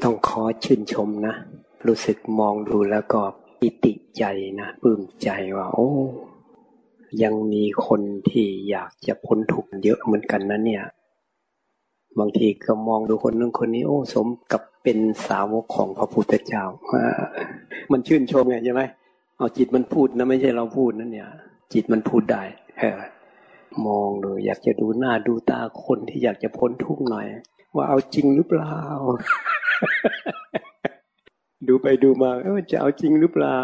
ต้องขอชื่นชมนะรู้สึกมองดูแล้วก็ปิติใจนะปลื้มใจว่าโอ้ยังมีคนที่อยากจะพ้นทุกข์เยอะเหมือนกันนะเนี่ยบางทีก็มองดูคนนึงคนนี้โอ้สมกับเป็นสาวกของพระพุทธเจ้ามันชื่นชมไงใช่ไหมเอาจิตมันพูดนะไม่ใช่เราพูดนะเนี่ยจิตมันพูดได้มองดูอยากจะดูหน้าดูตาคนที่อยากจะพ้นทุกข์หน่อยว่าเอาจริงหรือเปล่า ดูไปดูมาจะเอาจริงหรือเปล่า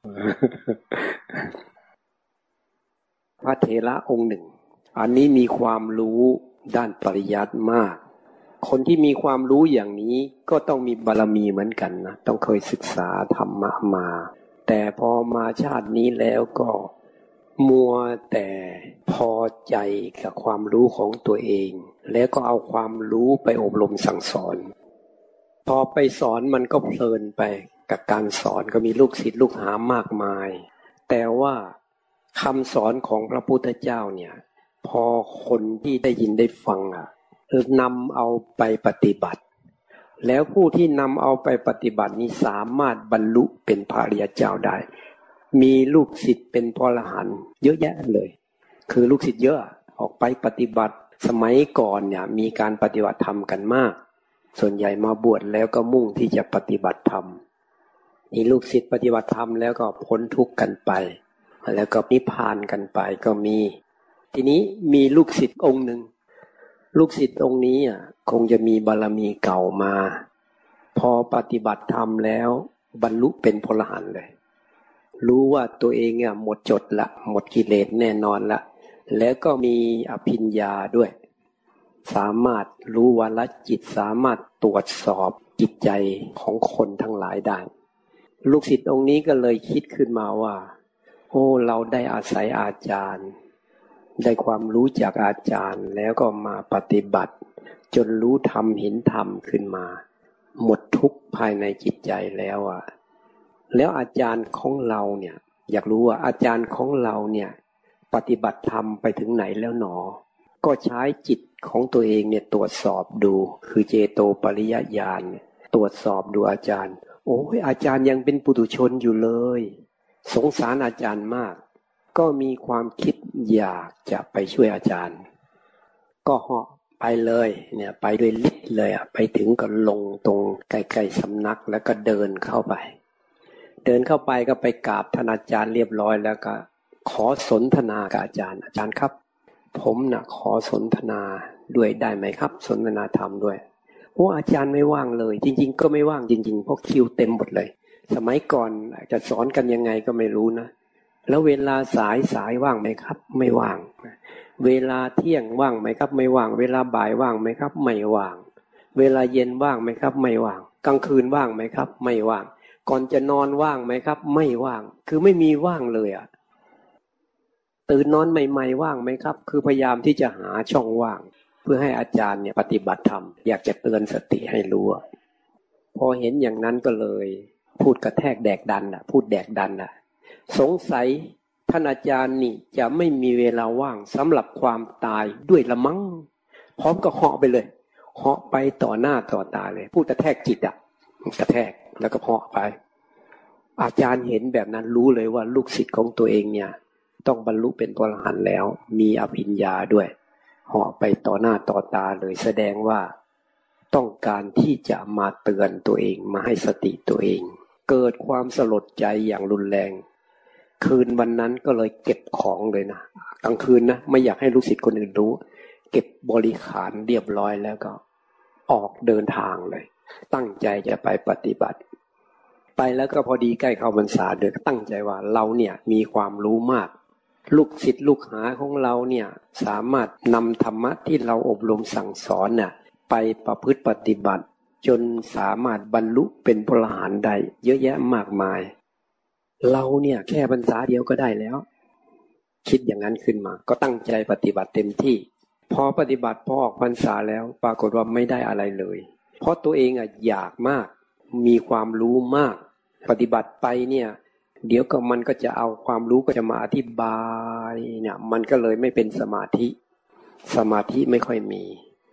พระเถระองค์หนึ่งอันนี้มีความรู้ด้านปริยัติมากคนที่มีความรู้อย่างนี้ก็ต้องมีบารมีเหมือนกันนะต้องเคยศึกษาธรรมะมาแต่พอมาชาตินี้แล้วก็มัวแต่พอใจกับความรู้ของตัวเองแล้วก็เอาความรู้ไปอบรมสั่งสอนพอไปสอนมันก็เพลินไปกับการสอนก็มีลูกศิษย์ลูกหามากมายแต่ว่าคำสอนของพระพุทธเจ้าเนี่ยพอคนที่ได้ยินได้ฟังนำเอาไปปฏิบัติแล้วผู้ที่นำเอาไปปฏิบัตินี้สามารถบรรลุเป็นพระอริยเจ้าได้มีลูกศิษย์เป็นพระอรหันต์เยอะแยะเลยคือลูกศิษย์เยอะออกไปปฏิบัติสมัยก่อนเนี่ยมีการปฏิบัติธรรมกันมากส่วนใหญ่มาบวชแล้วก็มุ่งที่จะปฏิบัติธรรมมีลูกศิษย์ปฏิบัติธรรมแล้วก็พ้นทุกข์กันไปแล้วก็นิพพานกันไปก็มีทีนี้มีลูกศิษย์องค์หนึ่งลูกศิษย์องค์นี้คงจะมีบารมีเก่ามาพอปฏิบัติธรรมแล้วบรรลุเป็นพระอรหันต์เลยรู้ว่าตัวเองหมดจดละหมดกิเลสแน่นอนละแล้วก็มีอภิญญาด้วยสามารถรู้วาระจิตสามารถตรวจสอบจิตใจของคนทั้งหลายได้ลูกศิษย์องค์นี้ก็เลยคิดขึ้นมาว่าโอ้เราได้อาศัยอาจารย์ได้ความรู้จากอาจารย์แล้วก็มาปฏิบัติจนรู้ธรรมเห็นธรรมขึ้นมาหมดทุกข์ภายในจิตใจแล้วแล้วอาจารย์ของเราเนี่ยอยากรู้ว่าอาจารย์ของเราเนี่ยปฏิบัติธรรมไปถึงไหนแล้วหนอก็ใช้จิตของตัวเองเนี่ยตรวจสอบดูคือเจโตปริยญาณตรวจสอบดูอาจารย์โอ้ยอาจารย์ยังเป็นปุถุชนอยู่เลยสงสารอาจารย์มากก็มีความคิดอยากจะไปช่วยอาจารย์ก็เหาะไปเลยเนี่ยไปด้วยฤทธิ์เลยไปถึงก็ลงตรงใกล้ๆสำนักแล้วก็เดินเข้าไปก็ไปกราบท่านอาจารย์เรียบร้อยแล้วก็ขอสนทนากับอาจารย์ครับผมขอสนทนาด้วยได้ไหมครับสนทนาธรรมด้วยเพราะอาจารย์ไม่ว่างเลยจริงๆก็ไม่ว่างจริงๆเพราะคิวเต็มหมดเลยสมัยก่อนจะสอนกันยังไงก็ไม่รู้นะแล้วเวลาสายว่างไหมครับไม่ว่างเวลาเที่ยงว่างไหมครับไม่ว่างเวลาบ่ายว่างไหมครับไม่ว่างเวลาเย็นว่างไหมครับไม่ว่างกลางคืนว่างไหมครับไม่ว่างก่อนจะนอนว่างไหมครับไม่ว่างคือไม่มีว่างเลยตื่นนอนใหม่ๆว่างไหมครับคือพยายามที่จะหาช่องว่างเพื่อให้อาจารย์เนี่ยปฏิบัติธรรมอยากจะเตือนสติให้รู้พอเห็นอย่างนั้นก็เลยพูดกระแทกแดกดันพูดแดกดันสงสัยท่านอาจารย์นี่จะไม่มีเวลาว่างสำหรับความตายด้วยละมั้งพร้อมก็เหาะไปเลยเหาะไปต่อหน้าต่อตาเลยพูดกระแทกจิตกระแทกแล้วก็เหาะไปอาจารย์เห็นแบบนั้นรู้เลยว่าลูกศิษย์ของตัวเองเนี่ยต้องบรรลุเป็นพระอรหันต์แล้วมีอภิญญาด้วยเหาะไปต่อหน้าต่อตาเลยแสดงว่าต้องการที่จะมาเตือนตัวเองมาให้สติตัวเองเกิดความสลดใจอย่างรุนแรงคืนวันนั้นก็เลยเก็บของเลยนะกลางคืนนะไม่อยากให้ลูกศิษย์คนอื่นรู้เก็บบริขารเรียบร้อยแล้วก็ออกเดินทางเลยตั้งใจจะไปปฏิบัติไปแล้วก็พอดีใกล้เข้าพรรษาเดือนตั้งใจว่าเราเนี่ยมีความรู้มากลูกศิษย์ลูกหาของเราเนี่ยสามารถนำธรรมะที่เราอบรมสั่งสอนน่ะไปประพฤติปฏิบัติจนสามารถบรรลุเป็นพระอรหันต์ได้เยอะแยะมากมายเราเนี่ยแค่พรรษาเดียวก็ได้แล้วคิดอย่างนั้นขึ้นมาก็ตั้งใจปฏิบัติเต็มที่พอปฏิบัติพอออกพรรษาแล้วปรากฏว่าไม่ได้อะไรเลยเพราะตัวเองอยากมากมีความรู้มากปฏิบัติไปเนี่ยเดี๋ยวก็มันก็จะเอาความรู้ก็จะมาอธิบายเนี่ยมันก็เลยไม่เป็นสมาธิไม่ค่อยมี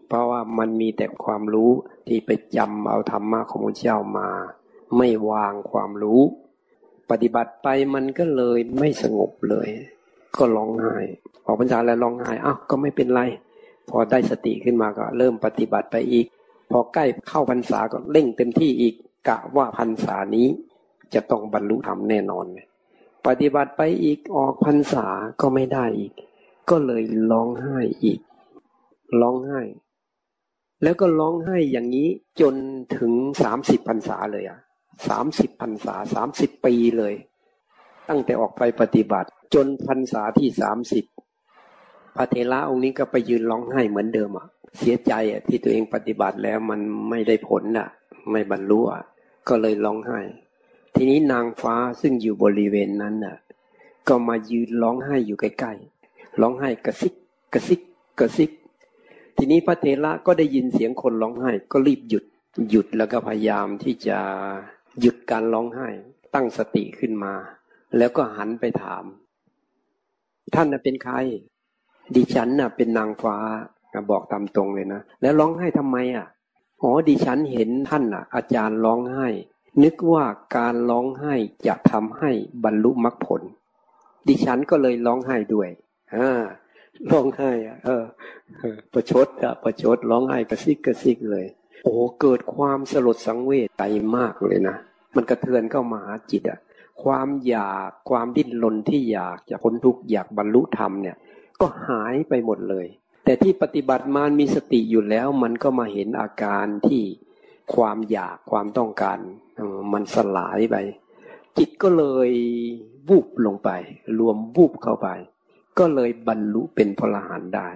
เพราะว่ามันมีแต่ความรู้ที่ไปจำเอาธรรมะของพระเจ้ามาไม่วางความรู้ปฏิบัติไปมันก็เลยไม่สงบเลยก็ร้องไห้ออกพรรษาแล้วร้องไห้อ้าวก็ไม่เป็นไรพอได้สติขึ้นมาก็เริ่มปฏิบัติไปอีกพอใกล้เข้าพรรษาก็เร่งเต็มที่อีกกะว่าพรรษานี้จะต้องบรรลุธรรมแน่นอนปฏิบัติไปอีกออกพรรษาก็ไม่ได้อีกก็เลยร้องไห้อีกร้องไห้แล้วก็ร้องไห้อย่างนี้จนถึง30พรรษาเลย30พรรษา30ปีเลยตั้งแต่ออกไปปฏิบัติจนพรรษาที่30พระเถระองค์นี้ก็ไปยืนร้องไห้เหมือนเดิมเสียใจที่ตัวเองปฏิบัติแล้วมันไม่ได้ผลไม่บรรลุก็เลยร้องไห้ทีนี้นางฟ้าซึ่งอยู่บริเวณนั้นก็มายืนร้องไห้อยู่ใกล้ๆร้องไห้กระซิกกระซิกกระซิกทีนี้พระเถระก็ได้ยินเสียงคนร้องไห้ก็รีบหยุดแล้วก็พยายามที่จะหยุดการร้องไห้ตั้งสติขึ้นมาแล้วก็หันไปถามท่านเป็นใครดิฉันเป็นนางฟ้าบอกตามตรงเลยนะแล้วร้องไห้ทำไมอ๋อดิฉันเห็นท่านอาจารย์ร้องไห้นึกว่าการร้องไห้จะทำให้บรรลุมรรคผลดิฉันก็เลยร้องไห้ด้วยร้องไห้ประชดประชดร้องไห้กระซิกกระซิกเลยโอ้เกิดความสลดสังเวชใจมากเลยนะมันกระเทือนเข้ามาหาจิตความอยากความดิ้นรนที่อยากจะพ้นทุกข์อยากบรรลุธรรมเนี่ยก็หายไปหมดเลยแต่ที่ปฏิบัติมามีสติอยู่แล้วมันก็มาเห็นอาการที่ความอยากความต้องการมันสลายไปจิตก็เลยวูบลงไปรวมวูบเข้าไปก็เลยบรรลุเป็นพระอรหันต์ได้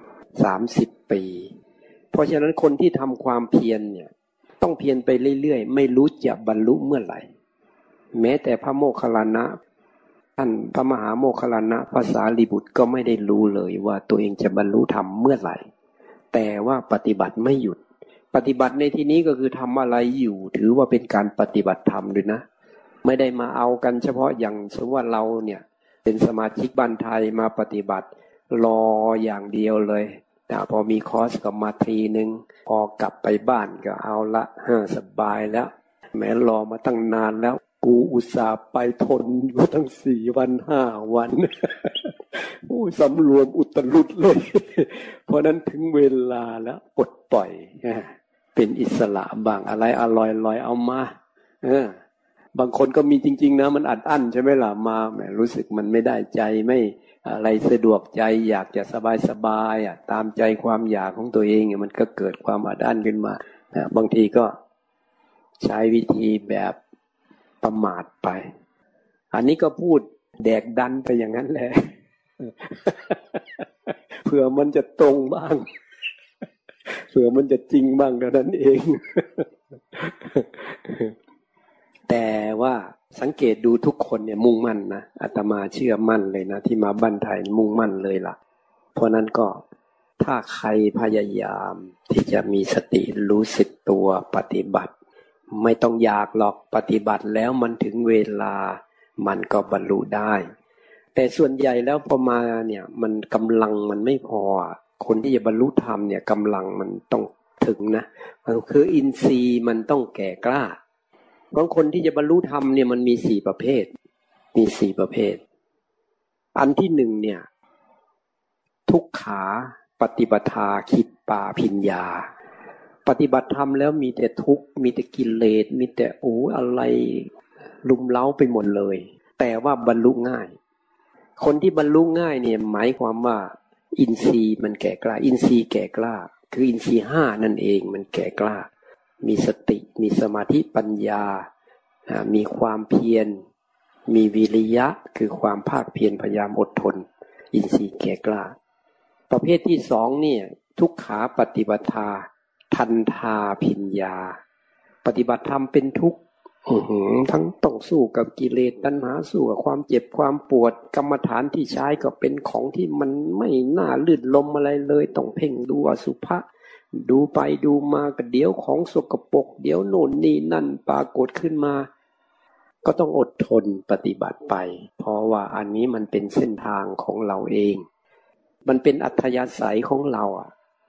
30ปีเพราะฉะนั้นคนที่ทำความเพียรเนี่ยต้องเพียรไปเรื่อยๆไม่รู้จะบรรลุเมื่อไหร่แม้แต่พระโมคคัลลานะท่านพระมหาโมคคัลลานะพระสารีบุตรก็ไม่ได้รู้เลยว่าตัวเองจะบรรลุธรรมเมื่อไหร่แต่ว่าปฏิบัติไม่หยุดปฏิบัติในที่นี้ก็คือทำอะไรอยู่ถือว่าเป็นการปฏิบัติธรรมด้วยนะไม่ได้มาเอากันเฉพาะอย่างสมมติว่าเราเนี่ยเป็นสมาชิกบ้านไทยมาปฏิบัติรออย่างเดียวเลยแต่พอมีคอร์สก็มาทีนึงพอกลับไปบ้านก็เอาละสบายแล้วแม้รอมาตั้งนานแล้วกูอุตส่าห์ไปทนมาตั้ง4 วัน5 วันสำรวมอุตรุดเลยเพราะนั้นถึงเวลาแล้วปลดปล่อยเป็นอิสระบ้างอะไรอร่อยๆเอามาบางคนก็มีจริงๆนะมันอัดอั้นใช่ไหมล่ะมาแหมรู้สึกมันไม่ได้ใจไม่อะไรสะดวกใจอยากจะสบายๆตามใจความอยากของตัวเองมันก็เกิดความอัดอั้นขึ้นมาบางทีก็ใช้วิธีแบบประมาทไปอันนี้ก็พูดแดกดันไปอย่างนั้นแหละเผื่อมันจะตรงบ้างเผื่อมันจะจริงบ้างเท่านั้นเองแต่ว่าสังเกตดูทุกคนเนี่ยมุ่งมั่นนะอาตมาเชื่อมั่นเลยนะที่มาบ้านไทยมุ่งมั่นเลยล่ะเพราะนั้นก็ถ้าใครพยายามที่จะมีสติรู้สึกตัวปฏิบัติไม่ต้องอยากหรอกปฏิบัติแล้วมันถึงเวลามันก็บรรลุได้แต่ส่วนใหญ่แล้วพอมาเนี่ยมันกำลังมันไม่พอคนที่จะบรรลุธรรมเนี่ยกำลังมันต้องถึงนะมันคืออินทรีย์มันต้องแก่กล้าบางคนที่จะบรรลุธรรมเนี่ยมันมี4 ประเภทมี4 ประเภทอันที่1เนี่ยทุกขาปฏิปทาคิปปาพิญญาปฏิบัติธรรมแล้วมีแต่ทุกข์มีแต่กิเลสมีแต่อะไรลุมเล้าไปหมดเลยแต่ว่าบรรลุง่ายคนที่บรรลุง่ายเนี่ยหมายความว่าอินทรีย์มันแก่กล้าอินทรีย์แก่กล้าคืออินทรีย์5นั่นเองมันแก่กล้ามีสติมีสมาธิปัญญามีความเพียรมีวิริยะคือความภาคเพียรพยายามอดทนอินทรีย์แก่กล้าประเภทที่2เนี่ยทุกขาปฏิปทาทันทาพิญญาปฏิบัติธรรมเป็นทุกข์ทั้งต้องสู้กับกิเลสตัณหาสู้กับความเจ็บความปวดกรรมฐานที่ใช้ก็เป็นของที่มันไม่น่าลื่นลมอะไรเลยต้องเพ่งดูอสุภะดูไปดูมาก็เดี๋ยวของสกปรกเดี๋ยวโน่นนี่นั่นปรากฏขึ้นมาก็ต้องอดทนปฏิบัติไปเพราะว่าอันนี้มันเป็นเส้นทางของเราเองมันเป็นอัธยาศัยของเรา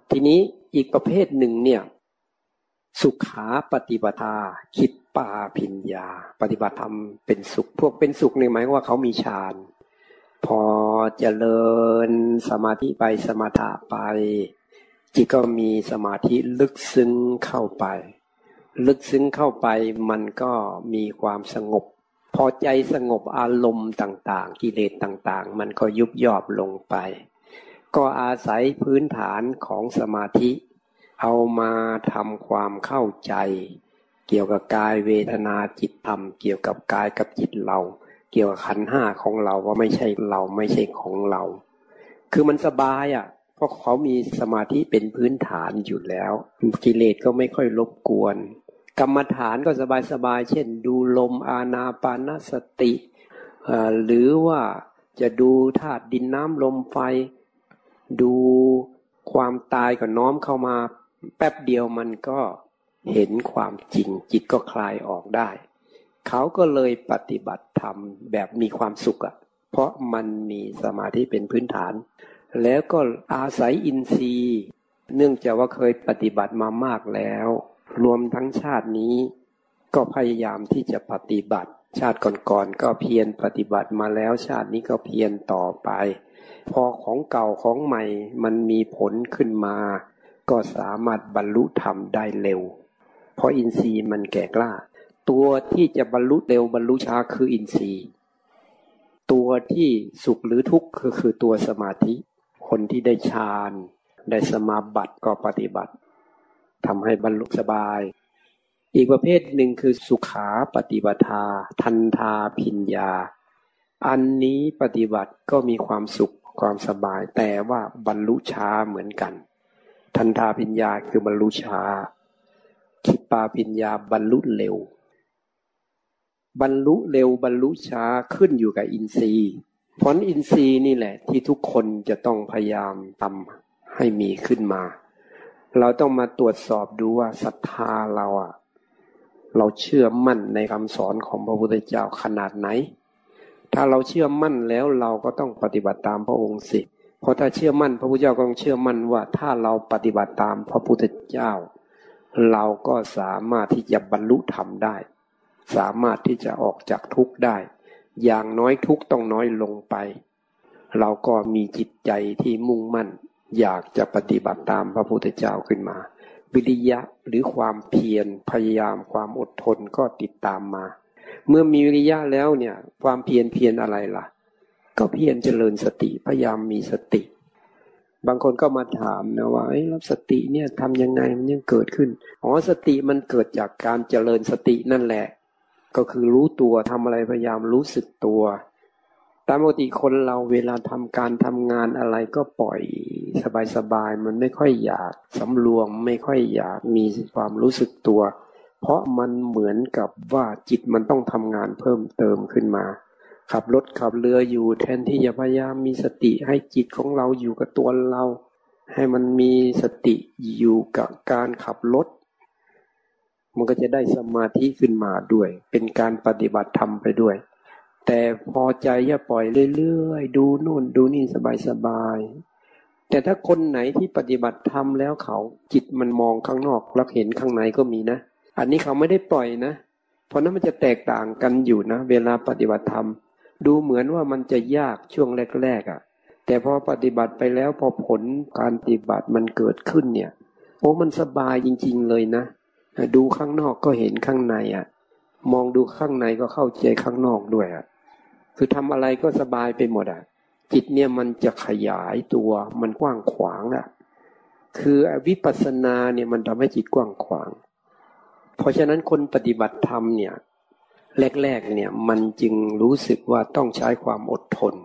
ทีนี้อีกประเภทหนึ่งเนี่ยสุขาปฏิปทาคิปปาภิญญาปฏิบัติธรรมเป็นสุขพวกเป็นสุขเนี่ยหมายว่าเขามีฌานพอเจริญสมาธิไปสมถะไปจิตก็มีสมาธิลึกซึ้งเข้าไปลึกซึ้งเข้าไปมันก็มีความสงบพอใจสงบอารมณ์ต่างๆกิเลสต่างๆมันก็ยุบย่อลงไปก็อาศัยพื้นฐานของสมาธิเอามาทำความเข้าใจเกี่ยวกับกายเวทนาจิตธรรมเกี่ยวกับกายกับจิตเราเกี่ยวกับขันธ์ห้าของเราว่าไม่ใช่เราไม่ใช่ของเราคือมันสบายอ่ะเพราะเขามีสมาธิเป็นพื้นฐานอยู่แล้วกิเลสก็ไม่ค่อยรบกวนกรรมฐานก็สบายๆเช่นดูลมอานาปานสติหรือว่าจะดูธาตุดินน้ำลมไฟดูความตายก็น้อมเข้ามาแป๊บเดียวมันก็เห็นความจริงจิตก็คลายออกได้เขาก็เลยปฏิบัติธรรมแบบมีความสุขอ่ะเพราะมันมีสมาธิเป็นพื้นฐานแล้วก็อาศัยอินทรีย์เนื่องจากว่าเคยปฏิบัติมามากแล้วรวมทั้งชาตินี้ก็พยายามที่จะปฏิบัติชาติก่อนๆก็เพียรปฏิบัติมาแล้วชาตินี้ก็เพียรต่อไปพอของเก่าของใหม่มันมีผลขึ้นมาก็สามารถบรรลุธรรมได้เร็วเพราะอินทรีย์มันแก่กล้าตัวที่จะบรรลุเร็วบรรลุช้าคืออินทรีย์ตัวที่สุขหรือทุกข์คือตัวสมาธิคนที่ได้ฌานได้สมาบัติก็ปฏิบัติทำให้บรรลุสบายอีกประเภทหนึ่งคือสุขาปฏิปทาทันทาภิญญาอันนี้ปฏิบัติก็มีความสุขความสบายแต่ว่าบรรลุช้าเหมือนกันทันทาภิญญาคือบรรลุช้าคิปปาภิญญาบรรลุเร็วบรรลุเร็วบรรลุช้าขึ้นอยู่กับอินทรีย์เพราะอินทรีย์นี่แหละที่ทุกคนจะต้องพยายามทำให้มีขึ้นมาเราต้องมาตรวจสอบดูว่าศรัทธาเราเราเชื่อมั่นในคำสอนของพระพุทธเจ้าขนาดไหนถ้าเราเชื่อมั่นแล้วเราก็ต้องปฏิบัติตามพระองค์สิเพราะถ้าเชื่อมั่นพระพุทธเจ้าก็ต้องเชื่อมั่นว่าถ้าเราปฏิบัติตามพระพุทธเจ้าเราก็สามารถที่จะบรรลุธรรมได้สามารถที่จะออกจากทุกข์ได้อย่างน้อยทุกข์ต้องน้อยลงไปเราก็มีจิตใจที่มุ่งมั่นอยากจะปฏิบัติตามพระพุทธเจ้าขึ้นมาวิริยะหรือความเพียรพยายามความอดทนก็ติดตามมาเมื่อมีวิริยะแล้วเนี่ยความเพียรอะไรล่ะก็เพียรเจริญสติพยายามมีสติบางคนก็มาถามนะว่าแล้วสติเนี่ยทำยังไงมันยังเกิดขึ้นสติมันเกิดจากการเจริญสตินั่นแหละก็คือรู้ตัวทำอะไรพยายามรู้สึกตัวตามปกติคนเราเวลาทำการทำงานอะไรก็ปล่อยสบายๆมันไม่ค่อยอยากสำรวมไม่ค่อยอยากมีความรู้สึกตัวเพราะมันเหมือนกับว่าจิตมันต้องทำงานเพิ่มเติมขึ้นมาขับรถขับเรืออยู่แทนที่จะพยายามมีสติให้จิตของเราอยู่กับตัวเราให้มันมีสติอยู่กับการขับรถมันก็จะได้สมาธิขึ้นมาด้วยเป็นการปฏิบัติธรรมไปด้วยแต่พอใจจะปล่อยเรื่อยๆดูนู่นดูนี่สบายๆแต่ถ้าคนไหนที่ปฏิบัติธรรมแล้วเขาจิตมันมองข้างนอกแล้วเห็นข้างในก็มีนะอันนี้เขาไม่ได้ปล่อยนะเพราะนั้นมันจะแตกต่างกันอยู่นะเวลาปฏิบัติธรรมดูเหมือนว่ามันจะยากช่วงแรกๆแต่พอปฏิบัติไปแล้วพอผลการปฏิบัติมันเกิดขึ้นเนี่ยมันสบายจริงๆเลยนะดูข้างนอกก็เห็นข้างในมองดูข้างในก็เข้าใจข้างนอกด้วยคือทำอะไรก็สบายไปหมดจิตเนี่ยมันจะขยายตัวมันกว้างขวางคือวิปัสสนาเนี่ยมันทำให้จิตกว้างขวางเพราะฉะนั้นคนปฏิบัติธรรมเนี่ยแรกๆเนี่ยมันจึงรู้สึกว่าต้องใช้ความอดทน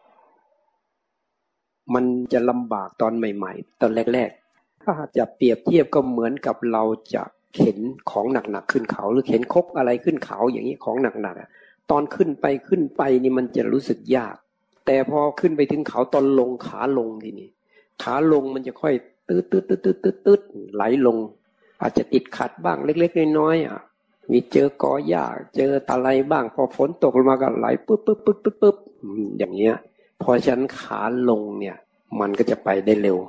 มันจะลำบากตอนใหม่ๆตอนแรกๆถ้าจะเปรียบเทียบก็เหมือนกับเราจะเข็นของหนักๆขึ้นเขาหรือเข็นครกอะไรขึ้นเขาอย่างนี้ของหนักๆตอนขึ้นไปนี่มันจะรู้สึกยากแต่พอขึ้นไปถึงเขาตอนลงขาลงทีนี้ขาลงมันจะค่อยตืดไหลลงอาจจะติดขัดบ้างเล็กๆน้อยๆมีเจอกอหญ้าเจอตะไลบ้างพอฝนตกลงมาก็ไหลปึ๊บอย่างเงี้ยพอฉันขาลงเนี่ยมันก็จะไปได้เร็ว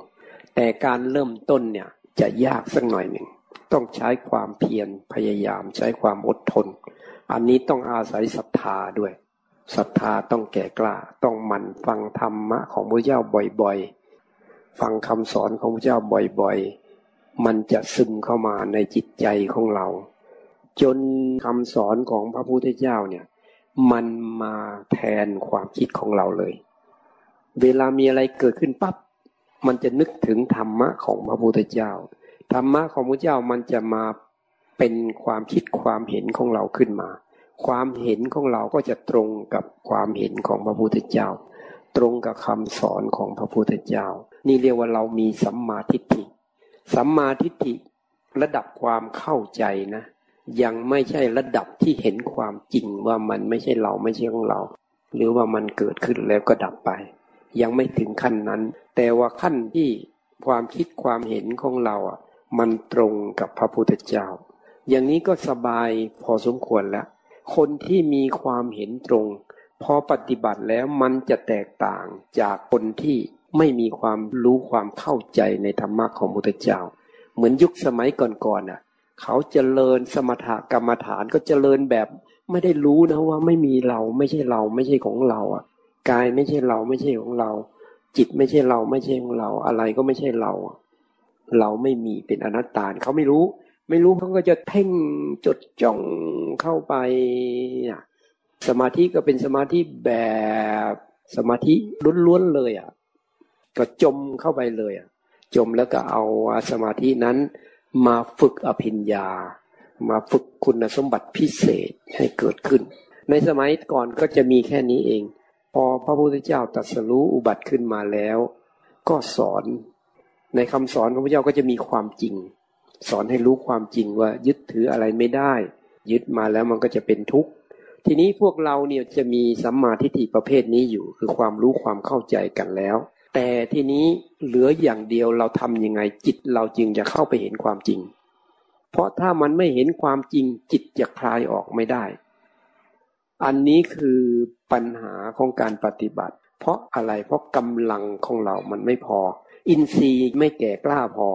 แต่การเริ่มต้นเนี่ยจะยากสักหน่อยหนึ่งต้องใช้ความเพียรพยายามใช้ความอดทนอันนี้ต้องอาศัยศรัทธาด้วยศรัทธาต้องแก่กล้าต้องหมั่นฟังธรรมะของพระเจ้าบ่อยๆฟังคำสอนของพระเจ้าบ่อยๆมันจะซึมเข้ามาในจิตใจของเราจนคำสอนของพระพุทธเจ้าเนี่ยมันมาแทนความคิดของเราเลยเวลามีอะไรเกิดขึ้นปั๊บมันจะนึกถึงธรรมะของพระพุทธเจ้าธรรมะของพระเจ้ามันจะมาเป็นความคิดความเห็นของเราขึ้นมาความเห็นของเราก็จะตรงกับความเห็นของพระพุทธเจ้าตรงกับคำสอนของพระพุทธเจ้านี่เรียกว่าเรามีสัมมาทิฏฐิสัมมาทิฏฐิระดับความเข้าใจนะยังไม่ใช่ระดับที่เห็นความจริงว่ามันไม่ใช่เราไม่ใช่ของเราหรือว่ามันเกิดขึ้นแล้วก็ดับไปยังไม่ถึงขั้นนั้นแต่ว่าขั้นที่ความคิดความเห็นของเราอ่ะมันตรงกับพระพุทธเจ้าอย่างนี้ก็สบายพอสมควรแล้วคนที่มีความเห็นตรงพอปฏิบัติแล้วมันจะแตกต่างจากคนที่ไม่มีความรู้ความเข้าใจในธรรมะของพระพุทธเจ้าเหมือนยุคสมัยก่อนๆน่ะเขาเจริญสมถกรรมฐานก็เจริญแบบไม่ได้รู้นะว่าไม่มีเราไม่ใช่เราไม่ใช่ของเราอ่ะกายไม่ใช่เราไม่ใช่ของเราจิตไม่ใช่เราไม่ใช่ของเราอะไรก็ไม่ใช่เราเราไม่มีเป็นอนัตตาเขาไม่รู้เขาก็จะเพ่งจดจ้องเข้าไปสมาธิก็เป็นสมาธิแบบสมาธิล้วนๆเลยอ่ะก็จมเข้าไปเลยอ่ะจมแล้วก็เอาสมาธินั้นมาฝึกอภิญญามาฝึกคุณสมบัติพิเศษให้เกิดขึ้นในสมัยก่อนก็จะมีแค่นี้เองพอพระพุทธเจ้าตรัสรู้อุบัติขึ้นมาแล้วก็สอนในคำสอนของพระเจ้าก็จะมีความจริงสอนให้รู้ความจริงว่ายึดถืออะไรไม่ได้ยึดมาแล้วมันก็จะเป็นทุกข์ทีนี้พวกเราเนี่ยจะมีสัมมาทิฏฐิประเภทนี้อยู่คือความรู้ความเข้าใจกันแล้วแต่ทีนี้เหลืออย่างเดียวเราทำยังไงจิตเราจึงจะเข้าไปเห็นความจริงเพราะถ้ามันไม่เห็นความจริงจิตจะคลายออกไม่ได้อันนี้คือปัญหาของการปฏิบัติเพราะอะไรเพราะกำลังของเรามันไม่พออินทรีย์ไม่แก่กล้าพอ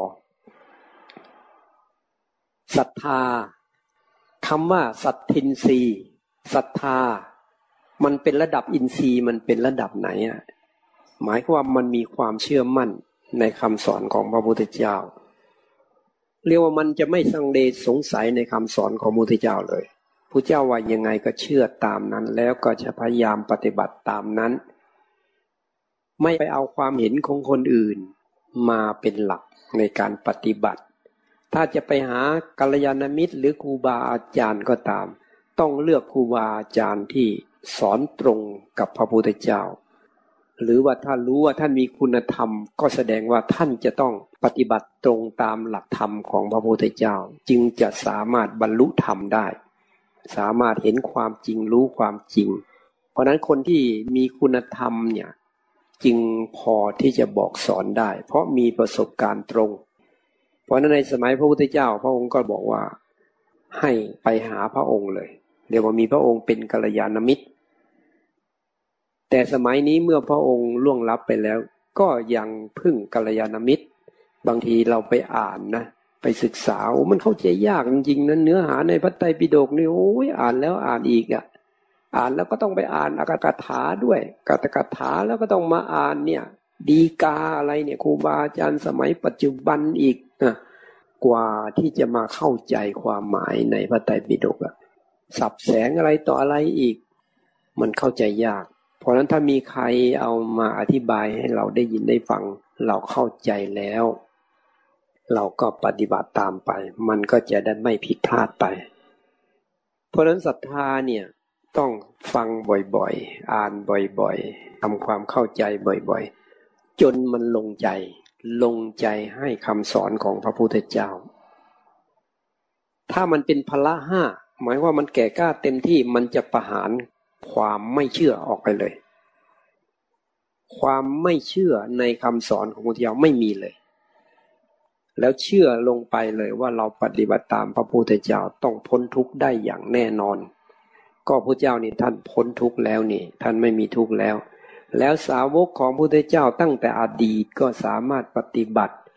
ศรัทธาคำว่าสัตทินทรีย์ศรัทธามันเป็นระดับอินทรีย์มันเป็นระดับไหนอ่ะหมายความว่ามันมีความเชื่อมั่นในคำสอนของพระพุทธเจ้าเรียกว่ามันจะไม่สังเลสงสัยในคำสอนของพระพุทธเจ้าเลยพระเจ้าว่ายังไงก็เชื่อตามนั้นแล้วก็จะพยายามปฏิบัติตามนั้นไม่ไปเอาความเห็นของคนอื่นมาเป็นหลักในการปฏิบัติถ้าจะไปหากัลยาณมิตรหรือครูบาอาจารย์ก็ตามต้องเลือกครูบาอาจารย์ที่สอนตรงกับพระพุทธเจ้าหรือว่าถ้ารู้ว่าท่านมีคุณธรรมก็แสดงว่าท่านจะต้องปฏิบัติตรงตามหลักธรรมของพระพุทธเจ้าจึงจะสามารถบรรลุธรรมได้สามารถเห็นความจริงรู้ความจริงเพราะนั้นคนที่มีคุณธรรมเนี่ยจึงพอที่จะบอกสอนได้เพราะมีประสบการณ์ตรงเพราะนั้นในสมัยพระพุทธเจ้าพระองค์ก็บอกว่าให้ไปหาพระองค์เลยเรียกว่ามีพระองค์เป็นกัลยาณมิตรแต่สมัยนี้เมื่อพระองค์ล่วงลับไปแล้วก็ยังพึ่งกัลยาณมิตรบางทีเราไปอ่านนะไปศึกษามันเข้าใจยากจริงๆนะเนื้อหาในพระไตรปิฎกนี่โอ้ยอ่านแล้วอ่านอีกอ่ะอ่านแล้วก็ต้องไปอ่านอัตถกถาด้วยอัตถกถาแล้วก็ต้องมาอ่านเนี่ยดีกาอะไรเนี่ยครูบาอาจารย์สมัยปัจจุบันอีกกว่าที่จะมาเข้าใจความหมายในพระไตรปิฎกอ่ะสับแสงอะไรต่ออะไรอีกมันเข้าใจยากเพราะฉะนั้นถ้ามีใครเอามาอธิบายให้เราได้ยินได้ฟังเราเข้าใจแล้วเราก็ปฏิบัติตามไปมันก็จะได้ไม่ผิดพลาดไปเพราะฉะนั้นศรัทธาเนี่ยต้องฟังบ่อยๆอ่านบ่อยๆทำความเข้าใจบ่อยๆจนมันลงใจให้คำสอนของพระพุทธเจ้าถ้ามันเป็นพละห้าหมายว่ามันแก่กล้าเต็มที่มันจะประหารความไม่เชื่อออกไปเลยความไม่เชื่อในคำสอนของพระพุทธเจ้าไม่มีเลยแล้วเชื่อลงไปเลยว่าเราปฏิบัติตามพระพุทธเจ้าต้องพ้นทุกข์ได้อย่างแน่นอนก็พระเจ้านี่ท่านพ้นทุกข์แล้วนี่ท่านไม่มีทุกข์แล้วสาวกของพระพุทธเจ้าตั้งแต่อดีตก็สามารถปฏิบัติ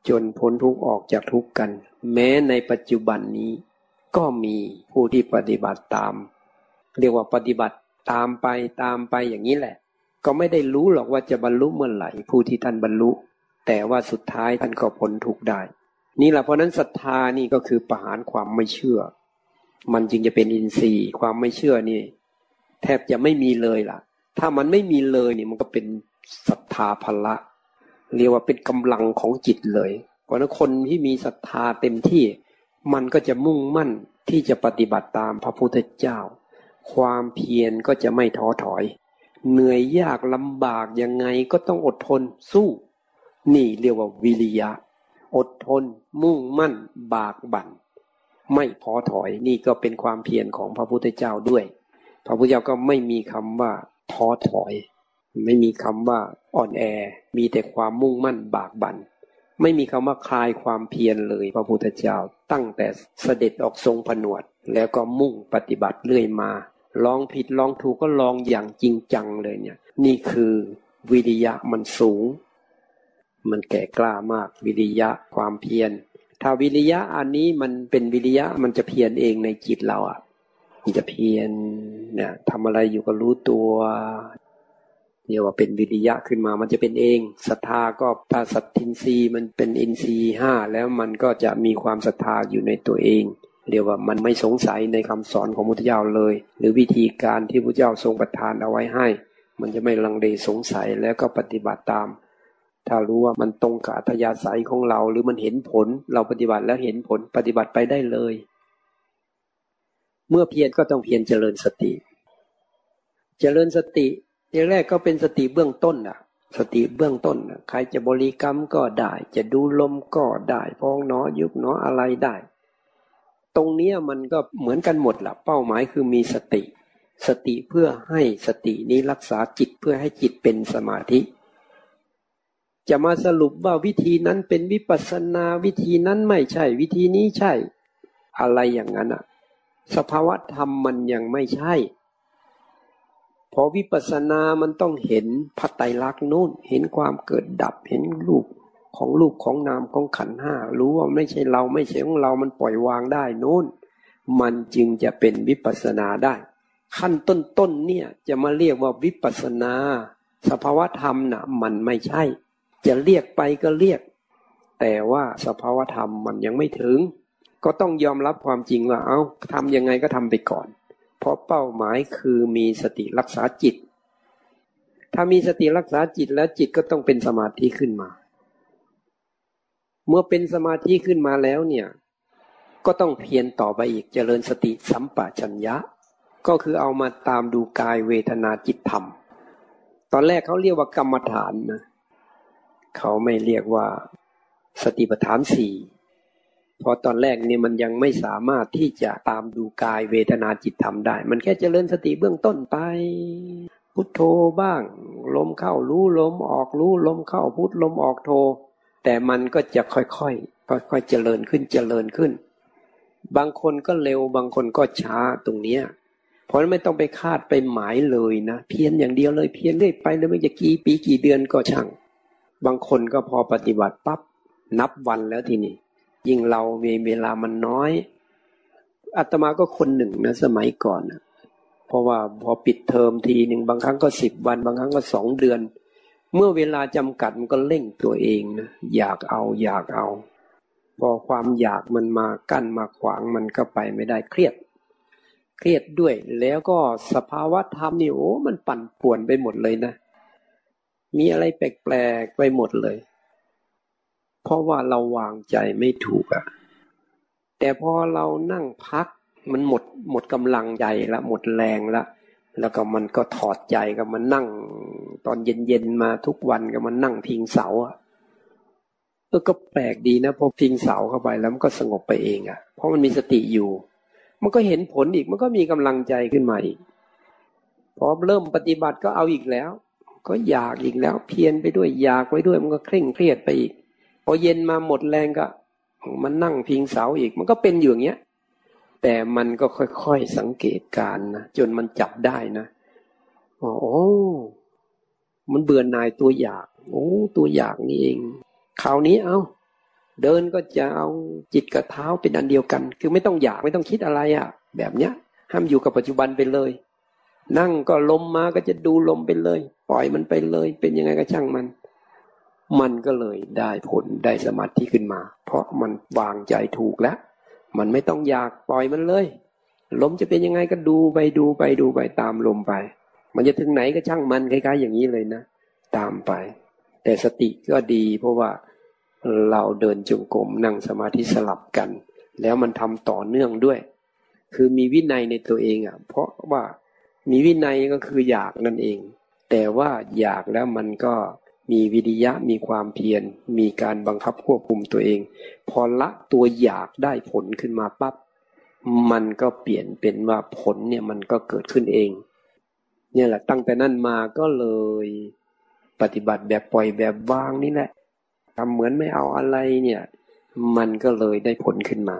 จนพ้นทุกข์ออกจากทุกข์กันแม้ในปัจจุบันนี้ก็มีผู้ที่ปฏิบัติตามเรียกว่าปฏิบัติตามไปอย่างนี้แหละก็ไม่ได้รู้หรอกว่าจะบรรลุเมื่อไหร่ผู้ที่ท่านบรรลุแต่ว่าสุดท้ายท่านก็พ้นทุกข์ได้นี่แหละเพราะนั้นศรัทธานี่ก็คือประหารความไม่เชื่อมันจึงจะเป็นอินทรีย์ความไม่เชื่อนี่แทบจะไม่มีเลยล่ะถ้ามันไม่มีเลยนี่มันก็เป็นศรัทธาพละเรียกว่าเป็นกำลังของจิตเลยเพราะนั้นคนที่มีศรัทธาเต็มที่มันก็จะมุ่งมั่นที่จะปฏิบัติตามพระพุทธเจ้าความเพียรก็จะไม่ท้อถอยเหนื่อยยากลำบากยังไงก็ต้องอดทนสู้นี่เรียกว่าวิริยะอดทนมุ่งมั่นบากบั่นไม่ท้อถอยนี่ก็เป็นความเพียรของพระพุทธเจ้าด้วยพระพุทธเจ้าก็ไม่มีคำว่าท้อถอยไม่มีคำว่าอ่อนแอมีแต่ความมุ่งมั่นบากบั่นไม่มีคำว่าคลายความเพียรเลยพระพุทธเจ้าตั้งแต่เสด็จออกทรงผนวดแล้วก็มุ่งปฏิบัติเรื่อยมาลองผิดลองถูกก็ลองอย่างจริงจังเลยเนี่ยนี่คือวิริยะมันสูงมันแก่กล้ามากวิริยะความเพียรถ้าวิริยะอันนี้มันเป็นวิริยะมันจะเพียรเองในจิตเราอ่ะมันจะเพียรเนี่ยทำอะไรอยู่ก็รู้ตัวเรียกว่าเป็นวิริยะขึ้นมามันจะเป็นเองศรัทธาก็ถ้าสัตทินรีย์มันเป็นอินทรีย์ห้าแล้วมันก็จะมีความศรัทธาอยู่ในตัวเองเรียกว่ามันไม่สงสัยในคำสอนของพุทธเจ้าเลยหรือวิธีการที่พุทธเจ้าทรงประทานเอาไว้ให้มันจะไม่ลังเลสงสัยแล้วก็ปฏิบัติตามถ้ารู้ว่ามันตรงกับอัธยาศัยของเราหรือมันเห็นผลเราปฏิบัติแล้วเห็นผลปฏิบัติไปได้เลยเมื่อเพียรก็ต้องเพียรเจริญสติเจริญสติอย่างแรกก็เป็นสติเบื้องต้นอ่ะสติเบื้องต้นใครจะบริกรรมก็ได้จะดูลมก็ได้พองหนอยุบหนออะไรได้ตรงนี้มันก็เหมือนกันหมดล่ะเป้าหมายคือมีสติสติเพื่อให้สตินี้รักษาจิตเพื่อให้จิตเป็นสมาธิจะมาสรุปว่าวิธีนั้นเป็นวิปัสสนาวิธีนั้นไม่ใช่วิธีนี้ใช่อะไรอย่างนั้นอ่ะสภาวะธรรมมันยังไม่ใช่พอวิปัสสนามันต้องเห็นพระไตรลักษณ์นู่นเห็นความเกิดดับเห็นรูปของนามของขันธ์ห้ารู้ว่าไม่ใช่เราไม่ใช่ของเรามันปล่อยวางได้นู่นมันจึงจะเป็นวิปัสสนาได้ขั้นต้นเนี่ยจะมาเรียกว่าวิปัสสนาสภาวะธรรมน่ะมันไม่ใช่จะเรียกไปก็เรียกแต่ว่าสภาวะธรรมมันยังไม่ถึงก็ต้องยอมรับความจริงว่าเอ้าทำยังไงก็ทำไปก่อนเพราะเป้าหมายคือมีสติรักษาจิตถ้ามีสติรักษาจิตแล้วจิตก็ต้องเป็นสมาธิขึ้นมาเมื่อเป็นสมาธิขึ้นมาแล้วเนี่ยก็ต้องเพียรต่อไปอีกเจริญสติสัมปชัญญะก็คือเอามาตามดูกายเวทนาจิตธรรมตอนแรกเขาเรียกว่ากรรมฐานนะเขาไม่เรียกว่าสติปัฏฐานสี่เพราะตอนแรกนี่มันยังไม่สามารถที่จะตามดูกายเวทนาจิตธรรมได้มันแค่เจริญสติเบื้องต้นไปพุทโธบ้างลมเข้ารู้ลมออกรู้ลมเข้าพุทลมออกโธแต่มันก็จะค่อยๆเจริญขึ้นบางคนก็เร็วบางคนก็ช้าตรงเนี้ยเพราะไม่ต้องไปคาดไปหมายเลยนะเพียรอย่างเดียวเลยเพียรเรื่อยไปเลยไม่จะกี่ปีกี่เดือนก็ช่างบางคนก็พอปฏิบัติปั๊บนับวันแล้วทีนี้ยิ่งเรามีเวลามันน้อยอาตมาก็คนหนึ่งนะสมัยก่อนนะเพราะว่าพอปิดเทอมทีหนึ่งบางครั้งก็10 วันบางครั้งก็2 เดือนเมื่อเวลาจำกัดมันก็เร่งตัวเองนะอยากเอาพอความอยากมันมากั้นมาขวางมันก็ไปไม่ได้เครียดด้วยแล้วก็สภาวะธรรมนี่โอ้มันปั่นป่วนไปหมดเลยนะมีอะไรแปลกๆไปหมดเลยเพราะว่าเราวางใจไม่ถูกอ่ะแต่พอเรานั่งพักมันหมดกำลังใจละหมดแรงละแล้วก็มันก็ถอดใจก็มันนั่งตอนเย็นๆมาทุกวันก็มันนั่งพิงเสาอ่ะก็แปลกดีนะพอพิงเสาเข้าไปแล้วมันก็สงบไปเองอ่ะเพราะมันมีสติอยู่มันก็เห็นผลอีกมันก็มีกำลังใจขึ้นมาอีกพอเริ่มปฏิบัติก็เอาอีกแล้วก็อยากอีกแล้วเพียรไปด้วยอยากไว้ด้วยมันก็เคร่งเครียดไปอีกพอเย็นมาหมดแรงก็มันนั่งพิงเสาอีกมันก็เป็นอยู่อย่างเงี้ยแต่มันก็ค่อยๆสังเกตการนะจนมันจับได้นะโอ้มันเบื่อหน่ายตัวอยากตัวอยากนี่เองคราวนี้เดินก็จะเอาจิตกับเท้าเป็นอันเดียวกันคือไม่ต้องอยากไม่ต้องคิดอะไรอ่ะแบบเนี้ยห้ามอยู่กับปัจจุบันไปเลยนั่งก็ลมมาก็จะดูลมไปเลยปล่อยมันไปเลยเป็นยังไงก็ช่างมันก็เลยได้ผลได้สมาธิขึ้นมาเพราะมันวางใจถูกแล้วมันไม่ต้องอยากปล่อยมันเลยลมจะเป็นยังไงก็ดูไปตามลมไปมันจะถึงไหนก็ช่างมันคล้ายๆอย่างนี้เลยนะตามไปแต่สติก็ดีเพราะว่าเราเดินจงกรมนั่งสมาธิสลับกันแล้วมันทำต่อเนื่องด้วยคือมีวินัยในตัวเองอ่ะเพราะว่ามีวินัยก็คืออยากนั่นเองแต่ว่าอยากแล้วมันก็มีวิริยะมีความเพียรมีการบังคับควบคุมตัวเองพอละตัวอยากได้ผลขึ้นมาปั๊บมันก็เปลี่ยนเป็นว่าผลเนี่ยมันก็เกิดขึ้นเองเนี่ยแหละตั้งแต่นั้นมาก็เลยปฏิบัติแบบปล่อยแบบวางนี่แหละทำเหมือนไม่เอาอะไรเนี่ยมันก็เลยได้ผลขึ้นมา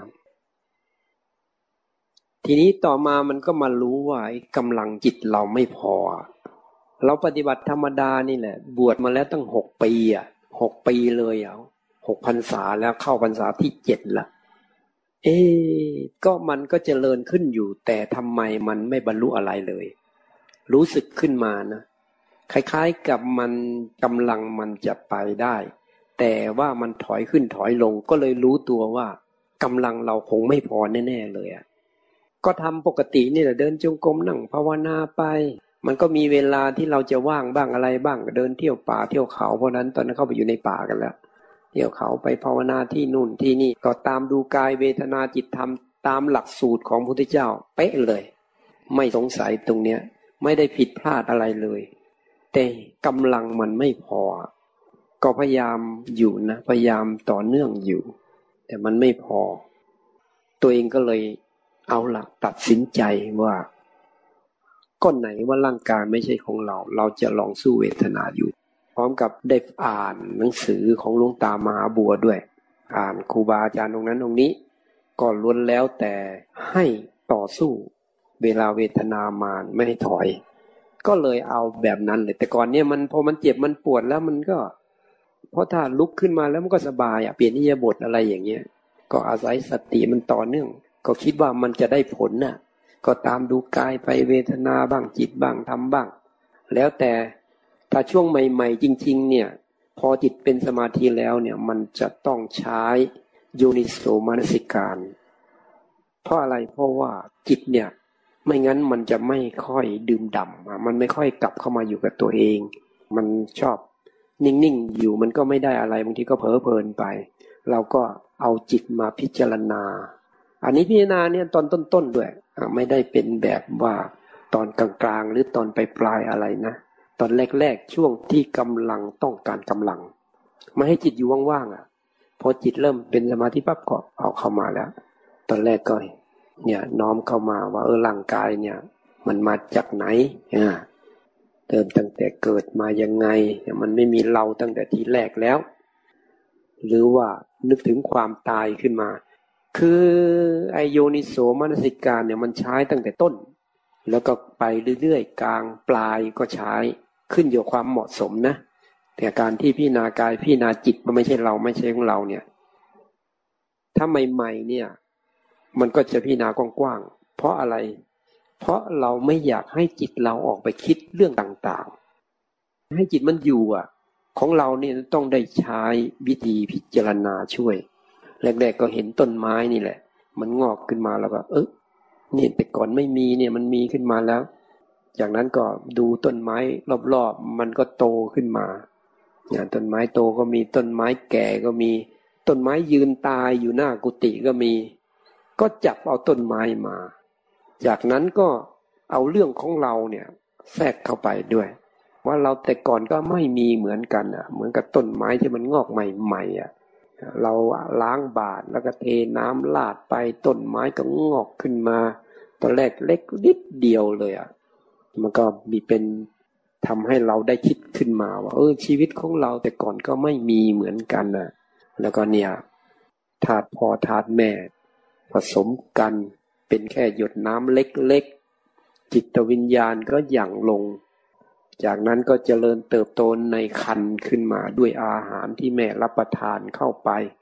ทีนี้ต่อมามันก็มารู้ว่ากำลังจิตเราไม่พอเราปฏิบัติธรรมดานี่แหละบวชมาแล้วตั้ง6 ปี6 ปีเลย6 พรรษาแล้วเข้าพรรษาที่7ละก็มันก็เจริญขึ้นอยู่แต่ทำไมมันไม่บรรลุอะไรเลยรู้สึกขึ้นมานะคล้ายๆกับมันกำลังมันจะไปได้แต่ว่ามันถอยขึ้นถอยลงก็เลยรู้ตัวว่ากำลังเราคงไม่พอแน่ๆเลยก็ทำปกตินี่แหละเดินจงกรมนั่งภาวนาไปมันก็มีเวลาที่เราจะว่างบ้างอะไรบ้างเดินเที่ยวป่าเที่ยวเขาเพราะนั้นตอนนั้นเข้าไปอยู่ในป่ากันแล้วเที่ยวเขาไปภาวนาที่นู่นที่นี่ก็ตามดูกายเวทนาจิตธรรมตามหลักสูตรของพระพุทธเจ้าเป๊ะเลยไม่สงสัยตรงเนี้ยไม่ได้ผิดพลาดอะไรเลยแต่กำลังมันไม่พอก็พยายามอยู่นะพยายามต่อเนื่องอยู่แต่มันไม่พอตัวเองก็เลยเอาล่ะตัดสินใจว่าก็ไหนว่าร่างกายไม่ใช่ของเราจะลองสู้เวทนาอยู่พร้อมกับได้อ่านหนังสือของหลวงตามหาบัวด้วยอ่านครูบาอาจารย์ตรงนั้นตรงนี้ก็ล้วนแล้วแต่ให้ต่อสู้เวลาเวทนามาไม่ให้ถอยก็เลยเอาแบบนั้นเลยแต่ก่อนเนี่ยมันพอมันเจ็บมันปวดแล้วมันก็เพราะถ้าลุกขึ้นมาแล้วมันก็สบายเปลี่ยนอิริยาบถอะไรอย่างเงี้ยก็อาศัยสติมันต่อเนื่องก็คิดว่ามันจะได้ผลน่ะก็ตามดูกายไปเวทนาบ้างจิตบ้างธรรมบ้างแล้วแต่ถ้าช่วงใหม่ๆจริงๆเนี่ยพอจิตเป็นสมาธิแล้วเนี่ยมันจะต้องใช้โยนิโสมนสิการเพราะอะไรเพราะว่าจิตเนี่ยไม่งั้นมันจะไม่ค่อยดื่มด่ำมันไม่ค่อยกลับเข้ามาอยู่กับตัวเองมันชอบนิ่งๆอยู่มันก็ไม่ได้อะไรบางทีก็เผลอเพลินไปเราก็เอาจิตมาพิจารณาอันนี้พิจารณาเนี่ยตอนต้นๆด้วยไม่ได้เป็นแบบว่าตอนกลางๆหรือตอนปลายๆอะไรนะตอนแรกๆช่วงที่กำลังต้องการกำลังไม่ให้จิตอยู่ว่างๆพอจิตเริ่มเป็นสมาธิปั๊บก็เอาเข้ามาแล้วตอนแรกก็เนี่ยน้อมเข้ามาว่าร่างกายเนี่ยมันมาจากไหนเริ่มตั้งแต่เกิดมายังไงมันไม่มีเราตั้งแต่ทีแรกแล้วหรือว่านึกถึงความตายขึ้นมาคือไอโยนิโสมนสิการเนี่ยมันใช้ตั้งแต่ต้นแล้วก็ไปเรื่อยๆกลางปลายก็ใช้ขึ้นอยู่ความเหมาะสมนะแต่การที่พิจารณากายพิจารณาจิตมันไม่ใช่เราไม่ใช่ของเราเนี่ยถ้าใหม่ๆเนี่ยมันก็จะพิจารณากว้างๆเพราะอะไรเพราะเราไม่อยากให้จิตเราออกไปคิดเรื่องต่างๆให้จิตมันอยู่ของเราเนี่ยต้องได้ใช้วิธีพิจารณาช่วยแรกๆก็เห็นต้นไม้นี่แหละมันงอกขึ้นมาแล้วก็นี่แต่ก่อนไม่มีเนี่ยมันมีขึ้นมาแล้วจากนั้นก็ดูต้นไม้รอบๆมันก็โตขึ้นมาต้นไม้โตก็มีต้นไม้แก่ก็มีต้นไม้ยืนตายอยู่หน้ากุฏิก็มีก็จับเอาต้นไม้มาจากนั้นก็เอาเรื่องของเราเนี่ยแทรกเข้าไปด้วยว่าเราแต่ก่อนก็ไม่มีเหมือนกันเหมือนกับต้นไม้ที่มันงอกใหม่ๆเราล้างบาตรแล้วก็เทน้ำลาดไปต้นไม้ก็งอกขึ้นมาตอนแรกเล็กนิดเดียวเลยมันก็มีเป็นทำให้เราได้คิดขึ้นมาว่าชีวิตของเราแต่ก่อนก็ไม่มีเหมือนกันแล้วก็เนี่ยธาตุพ่อธาตุแม่ผสมกันเป็นแค่หยดน้ำเล็กๆจิตวิญญาณก็หยั่งลงจากนั้นก็เจริญเติบโตในครรภ์ขึ้นมาด้วยอาหารที่แม่รับประทานเข้าไป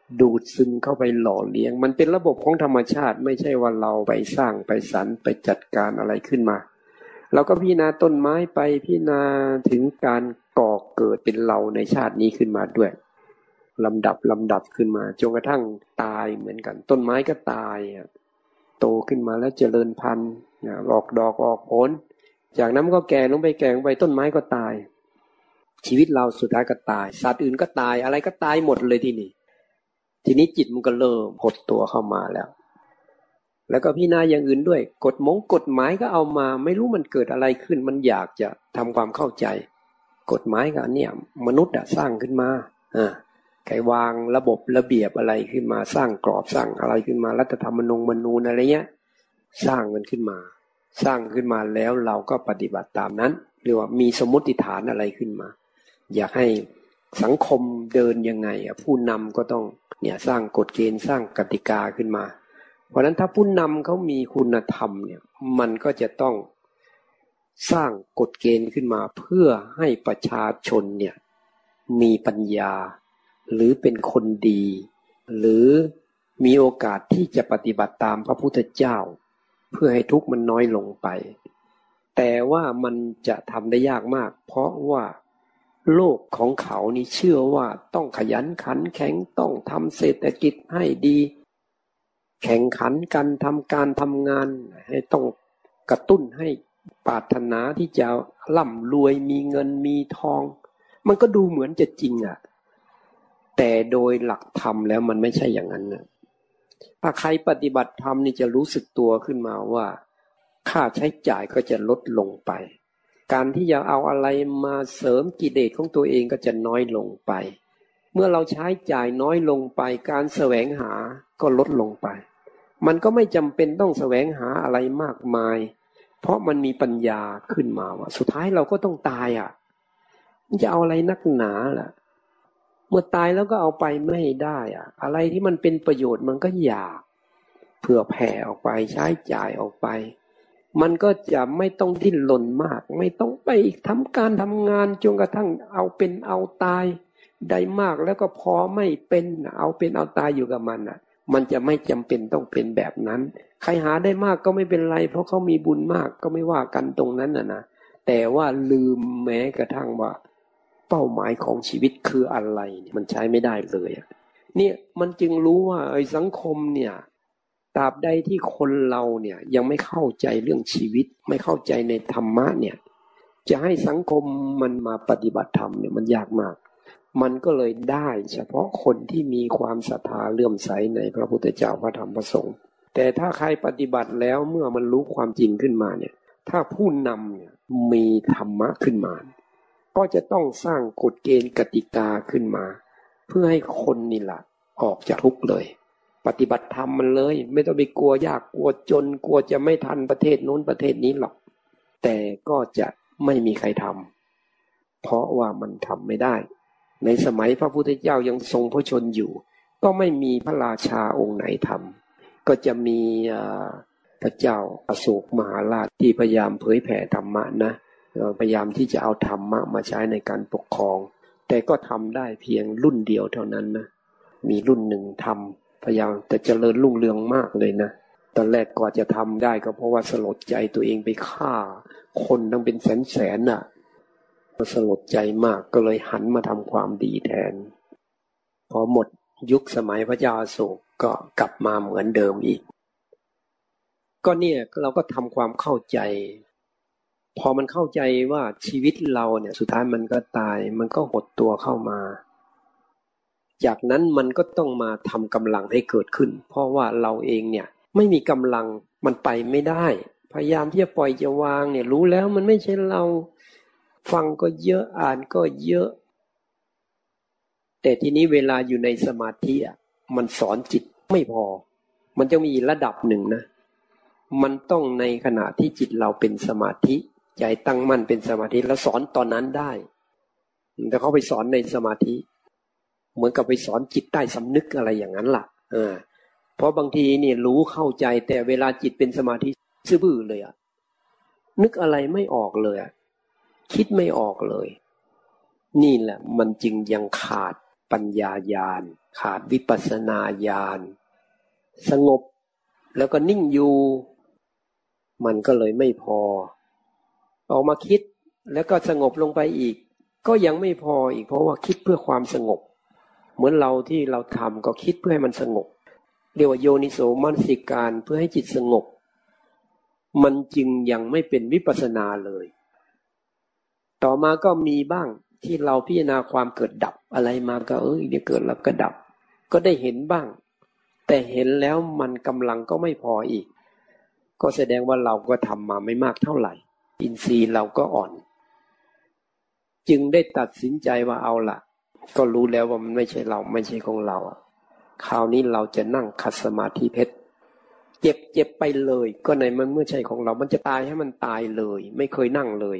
ดูดซึมเข้าไปหล่อเลี้ยงมันเป็นระบบของธรรมชาติไม่ใช่ว่าเราไปสร้างไปสรรไปจัดการอะไรขึ้นมาเราก็พิจารณาต้นไม้ไปพิจารณาถึงการก่อเกิดเป็นเราในชาตินี้ขึ้นมาด้วยลำดับขึ้นมาจนกระทั่งตายเหมือนกันต้นไม้ก็ตายโตขึ้นมาแล้วเจริญพันธุ์ออกดอกออกผลจากนั้นก็แก่ลงไปต้นไม้ก็ตายชีวิตเราสุดท้ายก็ตายสัตว์อื่นก็ตายอะไรก็ตายหมดเลยทีนี้จิตมันก็เริ่มหดตัวเข้ามาแล้วก็พิจารณาอย่างอื่นด้วยกฎหมายก็เอามาไม่รู้มันเกิดอะไรขึ้นมันอยากจะทำความเข้าใจกฎหมายก็เนี่ยมนุษย์สร้างขึ้นมาใครวางระบบระเบียบอะไรขึ้นมาสร้างกรอบสร้างอะไรขึ้นมารัฐธรรมนูญอะไรเงี้ยสร้างมันขึ้นมาแล้วเราก็ปฏิบัติตามนั้นเรียกว่ามีสมมติฐานอะไรขึ้นมาอยากให้สังคมเดินยังไงผู้นำก็ต้องเนี่ยสร้างกฎเกณฑ์สร้างกติกาขึ้นมาเพราะฉะนั้นถ้าผู้นำเขามีคุณธรรมเนี่ยมันก็จะต้องสร้างกฎเกณฑ์ขึ้นมาเพื่อให้ประชาชนเนี่ยมีปัญญาหรือเป็นคนดีหรือมีโอกาสที่จะปฏิบัติตามพระพุทธเจ้าเพื่อให้ทุกข์มันน้อยลงไปแต่ว่ามันจะทำได้ยากมากเพราะว่าโลกของเขานี่เชื่อว่าต้องขยันขันแข็งต้องทำเศรษฐกิจให้ดีแข่งขันกันทำการทำงานให้ต้องกระตุ้นให้ปรารถนาที่จะร่ำรวยมีเงินมีทองมันก็ดูเหมือนจะจริงแต่โดยหลักธรรมแล้วมันไม่ใช่อย่างนั้นนะถ้าใครปฏิบัติธรรมนี่จะรู้สึกตัวขึ้นมาว่าค่าใช้จ่ายก็จะลดลงไปการที่จะเอาอะไรมาเสริมกิเลสของตัวเองก็จะน้อยลงไปเมื่อเราใช้จ่ายน้อยลงไปการแสวงหาก็ลดลงไปมันก็ไม่จำเป็นต้องแสวงหาอะไรมากมายเพราะมันมีปัญญาขึ้นมาว่าสุดท้ายเราก็ต้องตายมันจะเอาอะไรนักหนาล่ะเมื่อตายแล้วก็เอาไปไม่ได้อะไรที่มันเป็นประโยชน์มันก็อยากเผื่อแผ่ออกไปใช้จ่ายออกไปมันก็จะไม่ต้องดิ้นรนมากไม่ต้องไปทำการทำงานจนกระทั่งเอาเป็นเอาตายได้มากแล้วก็พอไม่เป็นเอาเป็นเอาตายอยู่กับมันจะไม่จำเป็นต้องเป็นแบบนั้นใครหาได้มากก็ไม่เป็นไรเพราะเขามีบุญมากก็ไม่ว่ากันตรงนั้นนะแต่ว่าลืมแม้กระทั่งว่าเป้าหมายของชีวิตคืออะไรมันใช้ไม่ได้เลยเนี่ยมันจึงรู้ว่าสังคมเนี่ยตราบใดที่คนเราเนี่ยยังไม่เข้าใจเรื่องชีวิตไม่เข้าใจในธรรมะเนี่ยจะให้สังคมมันมาปฏิบัติธรรมเนี่ยมันยากมากมันก็เลยได้เฉพาะคนที่มีความศรัทธาเลื่อมใสในพระพุทธเจ้าพระธรรมพระสงฆ์แต่ถ้าใครปฏิบัติแล้วเมื่อมันรู้ความจริงขึ้นมาเนี่ยถ้าผู้นำเนี่ยมีธรรมะขึ้นมาก็จะต้องสร้างกฎเกณฑ์กติกาขึ้นมาเพื่อให้คนนี่แหละออกจากทุกข์เลยปฏิบัติธรรมมันเลยไม่ต้องไปกลัวยากกลัวจนกลัวจะไม่ทันประเทศโน้นประเทศนี้หรอกแต่ก็จะไม่มีใครทำเพราะว่ามันทำไม่ได้ในสมัยพระพุทธเจ้ายังทรงพระชนอยู่ก็ไม่มีพระราชาองค์ไหนทำก็จะมีพระเจ้าอโศกมหาราชที่พยายามเผยแผ่ธรรมะนะพยายามที่จะเอาธรรมะมาใช้ในการปกครองแต่ก็ทำได้เพียงรุ่นเดียวเท่านั้นนะมีรุ่นหนึ่งทำพยายามแต่เจริญรุ่งเรืองมากเลยนะตอนแรกก่อนจะทำได้ก็เพราะว่าสลดใจตัวเองไปฆ่าคนตั้งเป็นแสนสลดใจมากก็เลยหันมาทำความดีแทนพอหมดยุคสมัยพระเจ้าอโศกก็กลับมาเหมือนเดิมอีกก็เนี่ยเราก็ทำความเข้าใจพอมันเข้าใจว่าชีวิตเราเนี่ยสุดท้ายมันก็ตายมันก็หดตัวเข้ามาจากนั้นมันก็ต้องมาทำกำลังให้เกิดขึ้นเพราะว่าเราเองเนี่ยไม่มีกำลังมันไปไม่ได้พยายามที่จะปล่อยจะวางเนี่ยรู้แล้วมันไม่ใช่เราฟังก็เยอะอ่านก็เยอะแต่ทีนี้เวลาอยู่ในสมาธิมันสอนจิตไม่พอมันจะมีระดับหนึ่งนะมันต้องในขณะที่จิตเราเป็นสมาธิใจตั้งมั่นเป็นสมาธิแล้วสอนตอนนั้นได้แต่เขาไปสอนในสมาธิเหมือนกับไปสอนจิตใต้สำนึกอะไรอย่างนั้นล่ะเพราะบางทีเนี่ยรู้เข้าใจแต่เวลาจิตเป็นสมาธิซื่อบื้อเลยนึกอะไรไม่ออกเลยคิดไม่ออกเลยนี่แหละมันจึงยังขาดปัญญาญาณขาดวิปัสสนาญาณสงบแล้วก็นิ่งอยู่มันก็เลยไม่พอออกมาคิดแล้วก็สงบลงไปอีกก็ยังไม่พออีกเพราะว่าคิดเพื่อความสงบเหมือนเราที่เราทำก็คิดเพื่อให้มันสงบเรียกว่าโยนิโสมนสิการเพื่อให้จิตสงบมันจึงยังไม่เป็นวิปัสสนาเลยต่อมาก็มีบ้างที่เราพิจารณาความเกิดดับอะไรมาก็เดี๋ยวเกิดแล้วก็ดับก็ได้เห็นบ้างแต่เห็นแล้วมันกำลังก็ไม่พออีกก็แสดงว่าเราก็ทำมาไม่มากเท่าไหร่อินทรีย์เราก็อ่อนจึงได้ตัดสินใจว่าเอาล่ะก็รู้แล้วว่ามันไม่ใช่เราไม่ใช่ของเราคราวนี้เราจะนั่งขัดสมาธิเพชรเจ็บไปเลยก็ในมันเมื่อใช่ของเรามันจะตายให้มันตายเลยไม่เคยนั่งเลย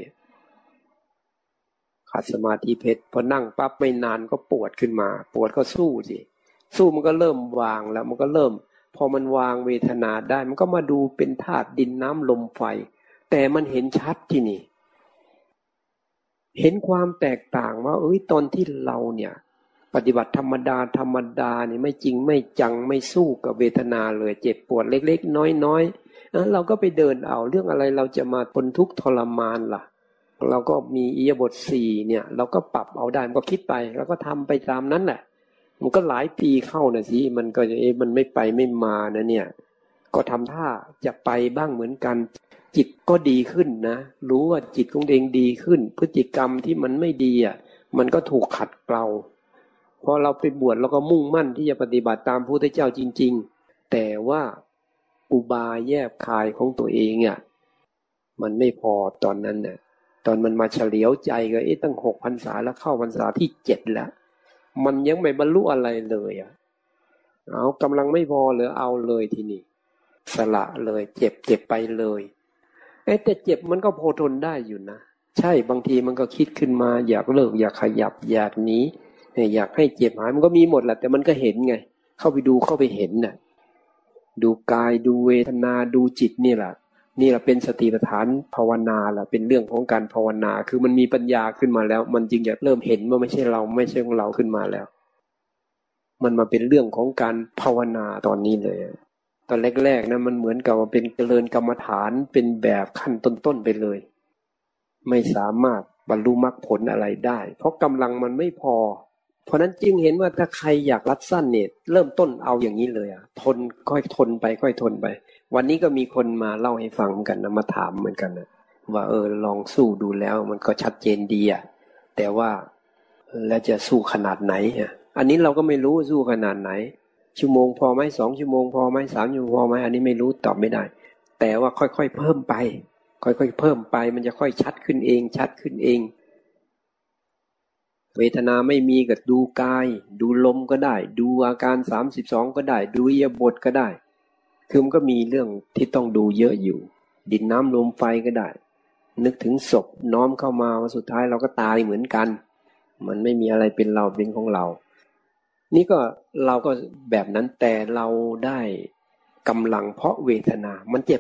ขัดสมาธิเพชรพอนั่งปั๊บไม่นานก็ปวดขึ้นมาปวดก็สู้สิสู้มันก็เริ่มวางแล้วมันก็เริ่มพอมันวางเวทนาได้มันก็มาดูเป็นธาตุดินน้ำลมไฟแต่มันเห็นชัดที่นี่เห็นความแตกต่างว่าตอนที่เราเนี่ยปฏิบัติธรรมดาเนี่ยไม่จริงไม่จังไม่สู้กับเวทนาเลยเจ็บปวดเล็กๆน้อยๆเราก็ไปเดินเอาเรื่องอะไรเราจะมาทนทุกข์ทรมานล่ะเราก็มีอิริยาบถ4เนี่ยเราก็ปรับเอาได้มันก็คิดไปแล้วก็ทำไปตามนั้นแหละมันก็หลายปีเข้านะสิมันก็จะมันไม่ไปไม่มานะเนี่ยก็ทำท่าจะไปบ้างเหมือนกันจิตก็ดีขึ้นนะรู้ว่าจิตของเองดีขึ้นพฤติกรรมที่มันไม่ดีมันก็ถูกขัดเกลาพอเราไปบวชเราก็มุ่งมั่นที่จะปฏิบัติตามพระพุทธเจ้าจริงๆแต่ว่าอุบายแยบคายของตัวเองมันไม่พอตอนนั้นน่ะตอนมันมาเฉลียวใจก็ตั้ง6 พรรษาแล้วเข้าพรรษาที่7แล้วมันยังไม่บรรลุอะไรเลยเอากำลังไม่พอหรือเอาเลยทีนี้สละเลยเจ็บไปเลยแต่เจ็บมันก็พอทนได้อยู่นะใช่บางทีมันก็คิดขึ้นมาอยากเลิกอยากขยับอยากหนีอยากให้เจ็บหายมันก็มีหมดแหละแต่มันก็เห็นไงเข้าไปดูเข้าไปเห็นน่ะดูกายดูเวทนาดูจิตนี่แหละเป็นสติปัฏฐานภาวนาล่ะเป็นเรื่องของการภาวนาคือมันมีปัญญาขึ้นมาแล้วมันจึงจะเริ่มเห็นว่าไม่ใช่เราไม่ใช่ของเราขึ้นมาแล้วมันมาเป็นเรื่องของการภาวนาตอนนี้เลยตอนแรกๆนะมันเหมือนกับว่าเป็นเจริญกรรมฐานเป็นแบบขั้นต้นๆไปเลยไม่สามารถบรรลุมรรคผลอะไรได้เพราะกำลังมันไม่พอเพราะนั้นจึงเห็นว่าถ้าใครอยากรัดสั้นเนี่ยเริ่มต้นเอาอย่างนี้เลยทนค่อยทนไปค่อยทนไปวันนี้ก็มีคนมาเล่าให้ฟังเหมือนกันนะมาถามเหมือนกันนะว่าลองสู้ดูแล้วมันก็ชัดเจนดีแต่ว่าแล้วจะสู้ขนาดไหนอันนี้เราก็ไม่รู้สู้ขนาดไหนชั่วโมงพอไหม2 ชั่วโมงพอไหม3 ชั่วโมงพอไหมอันนี้ไม่รู้ตอบไม่ได้แต่ว่าค่อยๆเพิ่มไปค่อยๆเพิ่มไปมันจะค่อยชัดขึ้นเองชัดขึ้นเองเวทนาไม่มีก็ดูกายดูลมก็ได้ดูอาการ32ก็ได้ดูอิริยาบถก็ได้คือมันก็มีเรื่องที่ต้องดูเยอะอยู่ดินน้ำลมไฟก็ได้นึกถึงศพน้อมเข้ามาว่าสุดท้ายเราก็ตายเหมือนกันมันไม่มีอะไรเป็นเราเป็นของเรานี่ก็เราก็แบบนั้นแต่เราได้กำลังเพราะเวทนามันเจ็บ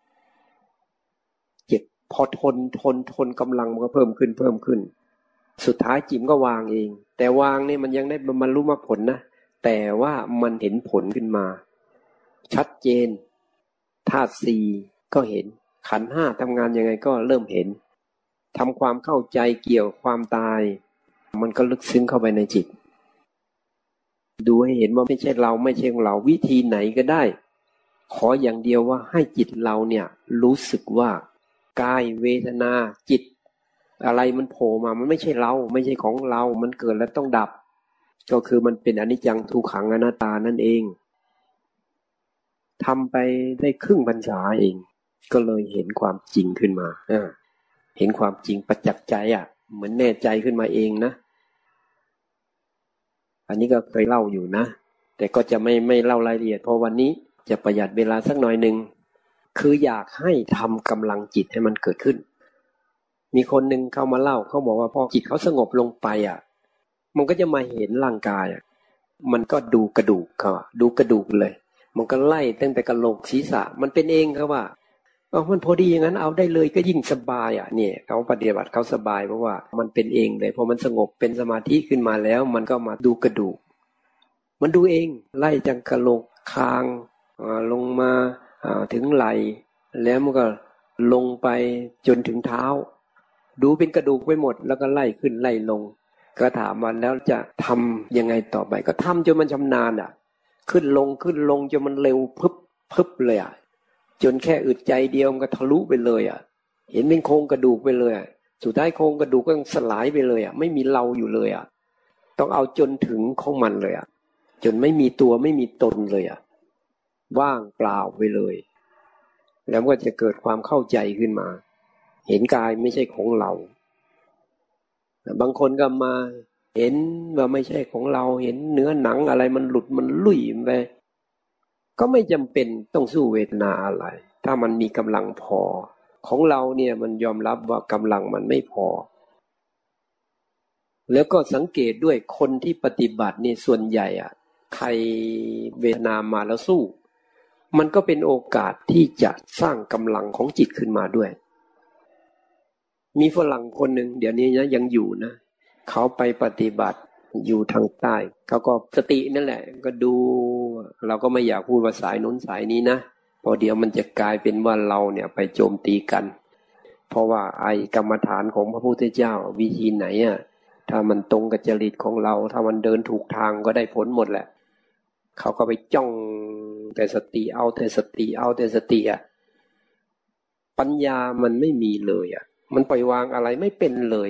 เจ็บพอทนกำลังมันก็เพิ่มขึ้นสุดท้ายจิตก็วางเองแต่วางนี่มันยังได้บรรลุมรรคผลนะแต่ว่ามันเห็นผลขึ้นมาชัดเจนธาตุ4ก็เห็นขันธ์5ทำงานยังไงก็เริ่มเห็นทำความเข้าใจเกี่ยวความตายมันก็ลึกซึ้งเข้าไปในจิตดูให้เห็นว่าไม่ใช่เราไม่ใช่ของเราวิธีไหนก็ได้ขออย่างเดียวว่าให้จิตเราเนี่ยรู้สึกว่ากายเวทนาจิตอะไรมันโผล่มามันไม่ใช่เราไม่ใช่ของเรามันเกิดแล้วต้องดับก็คือมันเป็นอนิจจังทุกขังอนัตตานั่นเองทำไปได้ครึ่งพรรษาเองก็เลยเห็นความจริงขึ้นมาเห็นความจริงประจักษ์ใจเหมือนแน่ใจขึ้นมาเองนะอันนี้ก็เคยเล่าอยู่นะแต่ก็จะไม่เล่ารายละเอียดเพราะวันนี้จะประหยัดเวลาสักหน่อยนึงคืออยากให้ทำกำลังจิตให้มันเกิดขึ้นมีคนหนึ่งเข้ามาเล่าเขาบอกว่าพอจิตเขาสงบลงไปมันก็จะมาเห็นร่างกายมันก็ดูกระดูกเขาดูกระดูกเลยมันก็ไล่ตั้งแต่กะโหลกศีรษะมันเป็นเองครับว่ามันพอดีอย่างนั้นเอาได้เลยก็ยิ่งสบายอ่ะเนี่ยเขาปฏิบัติเขาสบายเพราะว่ามันเป็นเองเลยพอมันสงบเป็นสมาธิขึ้นมาแล้วมันก็มาดูกระดูกมันดูเองไล่จากกระโหลกคางลงมาถึงไหล่แล้วมันก็ลงไปจนถึงเท้าดูเป็นกระดูกไปหมดแล้วก็ไล่ขึ้นไล่ลงก็ถามมันแล้วจะทำยังไงต่อไปก็ทำจนมันชำนาญอ่ะขึ้นลงจนมันเร็วพึบเลยอ่ะจนแค่อึดใจเดียวมันก็ทะลุไปเลยอ่ะเห็นเป็นโครงกระดูกไปเลยสุดท้ายโครงกระดูกก็สลายไปเลยอ่ะไม่มีเราอยู่เลยอ่ะต้องเอาจนถึงของมันเลยอ่ะจนไม่มีตัวไม่มีตนเลยอ่ะว่างเปล่าไปเลยแล้วก็จะเกิดความเข้าใจขึ้นมาเห็นกายไม่ใช่ของเราบางคนก็มาเห็นว่าไม่ใช่ของเราเห็นเนื้อหนังอะไรมันหลุดมันลุ่ยไปก็ไม่จำเป็นต้องสู้เวทนาอะไรถ้ามันมีกำลังพอของเราเนี่ยมันยอมรับว่ากำลังมันไม่พอแล้วก็สังเกตด้วยคนที่ปฏิบัตินี่ส่วนใหญ่ใครเวทนามาแล้วสู้มันก็เป็นโอกาสที่จะสร้างกำลังของจิตขึ้นมาด้วยมีฝรั่งคนหนึ่งเดี๋ยวนี้นะยังอยู่นะเขาไปปฏิบัติอยู่ทางใต้เขาก็สตินั่นแหละก็ดูเราก็ไม่อยากพูดว่าสายโน้นสายนี้นะพอเดี๋ยวมันจะกลายเป็นว่าเราเนี่ยไปโจมตีกันเพราะว่าไอ้กรรมฐานของพระพุทธเจ้าวิธีไหนถ้ามันตรงกับจริตของเราถ้ามันเดินถูกทางก็ได้ผลหมดแหละเขาก็ไปจ้องแต่สติเอาแต่สติเอาแต่สติปัญญามันไม่มีเลยมันปล่อยวางอะไรไม่เป็นเลย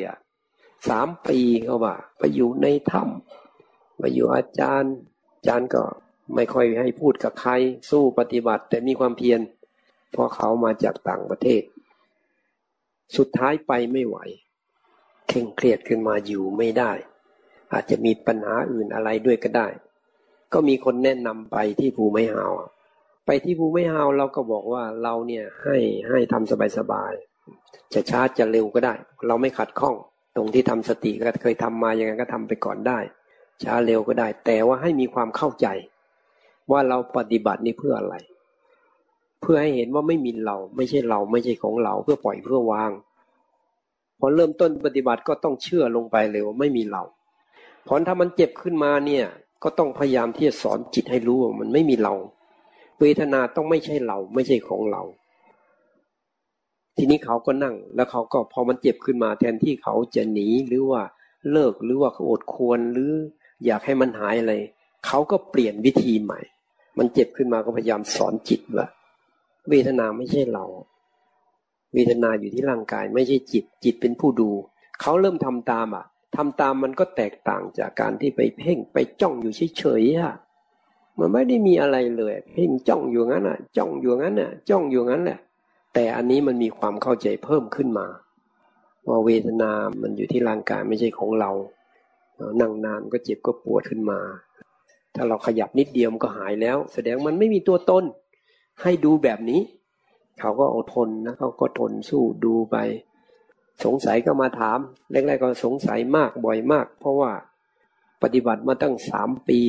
3 ปีเขาว่าไปอยู่ในถ้ำไปอยู่อาจารย์ก็ไม่ค่อยให้พูดกับใครสู้ปฏิบัติแต่มีความเพียรเพราะเขามาจากต่างประเทศสุดท้ายไปไม่ไหวเคร่งเครียดขึ้นมาอยู่ไม่ได้อาจจะมีปัญหาอื่นอะไรด้วยก็ได้ก็มีคนแนะนำไปที่ภูไม้ฮาวไปที่ภูไม้ฮาวเราก็บอกว่าเราเนี่ยให้ทำสบายๆจะช้าจะเร็วก็ได้เราไม่ขัดข้องตรงที่ทำสติก็เคยทำมาอย่างนั้นก็ทำไปก่อนได้ช้าเร็วก็ได้แต่ว่าให้มีความเข้าใจว่าเราปฏิบัตินี่เพื่ออะไรเพื่อให้เห็นว่าไม่มีเราไม่ใช่เราไม่ใช่ของเราเพื่อปล่อยเพื่อวางพอเริ่มต้นปฏิบัติก็ต้องเชื่อลงไปเลยว่าไม่มีเราเพราะถ้ามันเจ็บขึ้นมาเนี่ยก็ต้องพยายามที่จะสอนจิตให้รู้ว่ามันไม่มีเราเวทนาต้องไม่ใช่เราไม่ใช่ของเราทีนี้เขาก็นั่งแล้วเขาก็พอมันเจ็บขึ้นมาแทนที่เขาจะหนีหรือว่าเลิกหรือว่าเขาอดควรหรืออยากให้มันหายอะไรเขาก็เปลี่ยนวิธีใหม่มันเจ็บขึ้นมาก็พยายามสอนจิตว่าเวทนาไม่ใช่เราเวทนาอยู่ที่ร่างกายไม่ใช่จิตเป็นผู้ดูเขาเริ่มทำตามทำตามมันก็แตกต่างจากการที่ไปเพ่งไปจ้องอยู่เฉยๆมันไม่ได้มีอะไรเลยเพ่งจ้องอยู่งั้นจ้องอยู่งั้นจ้องอยู่งั้นแหละแต่อันนี้มันมีความเข้าใจเพิ่มขึ้นมาว่าเวทนามันอยู่ที่ร่างกายไม่ใช่ของเรานั่งนานก็เจ็บก็ปวดขึ้นมาถ้าเราขยับนิดเดียวมันก็หายแล้วแสดงมันไม่มีตัวตนให้ดูแบบนี้เขาก็อดทนนะเขาก็ทนสู้ดูไปสงสัยก็มาถามแรกๆก็สงสัยมากบ่อยมากเพราะว่าปฏิบัติมาตั้ง3 ปี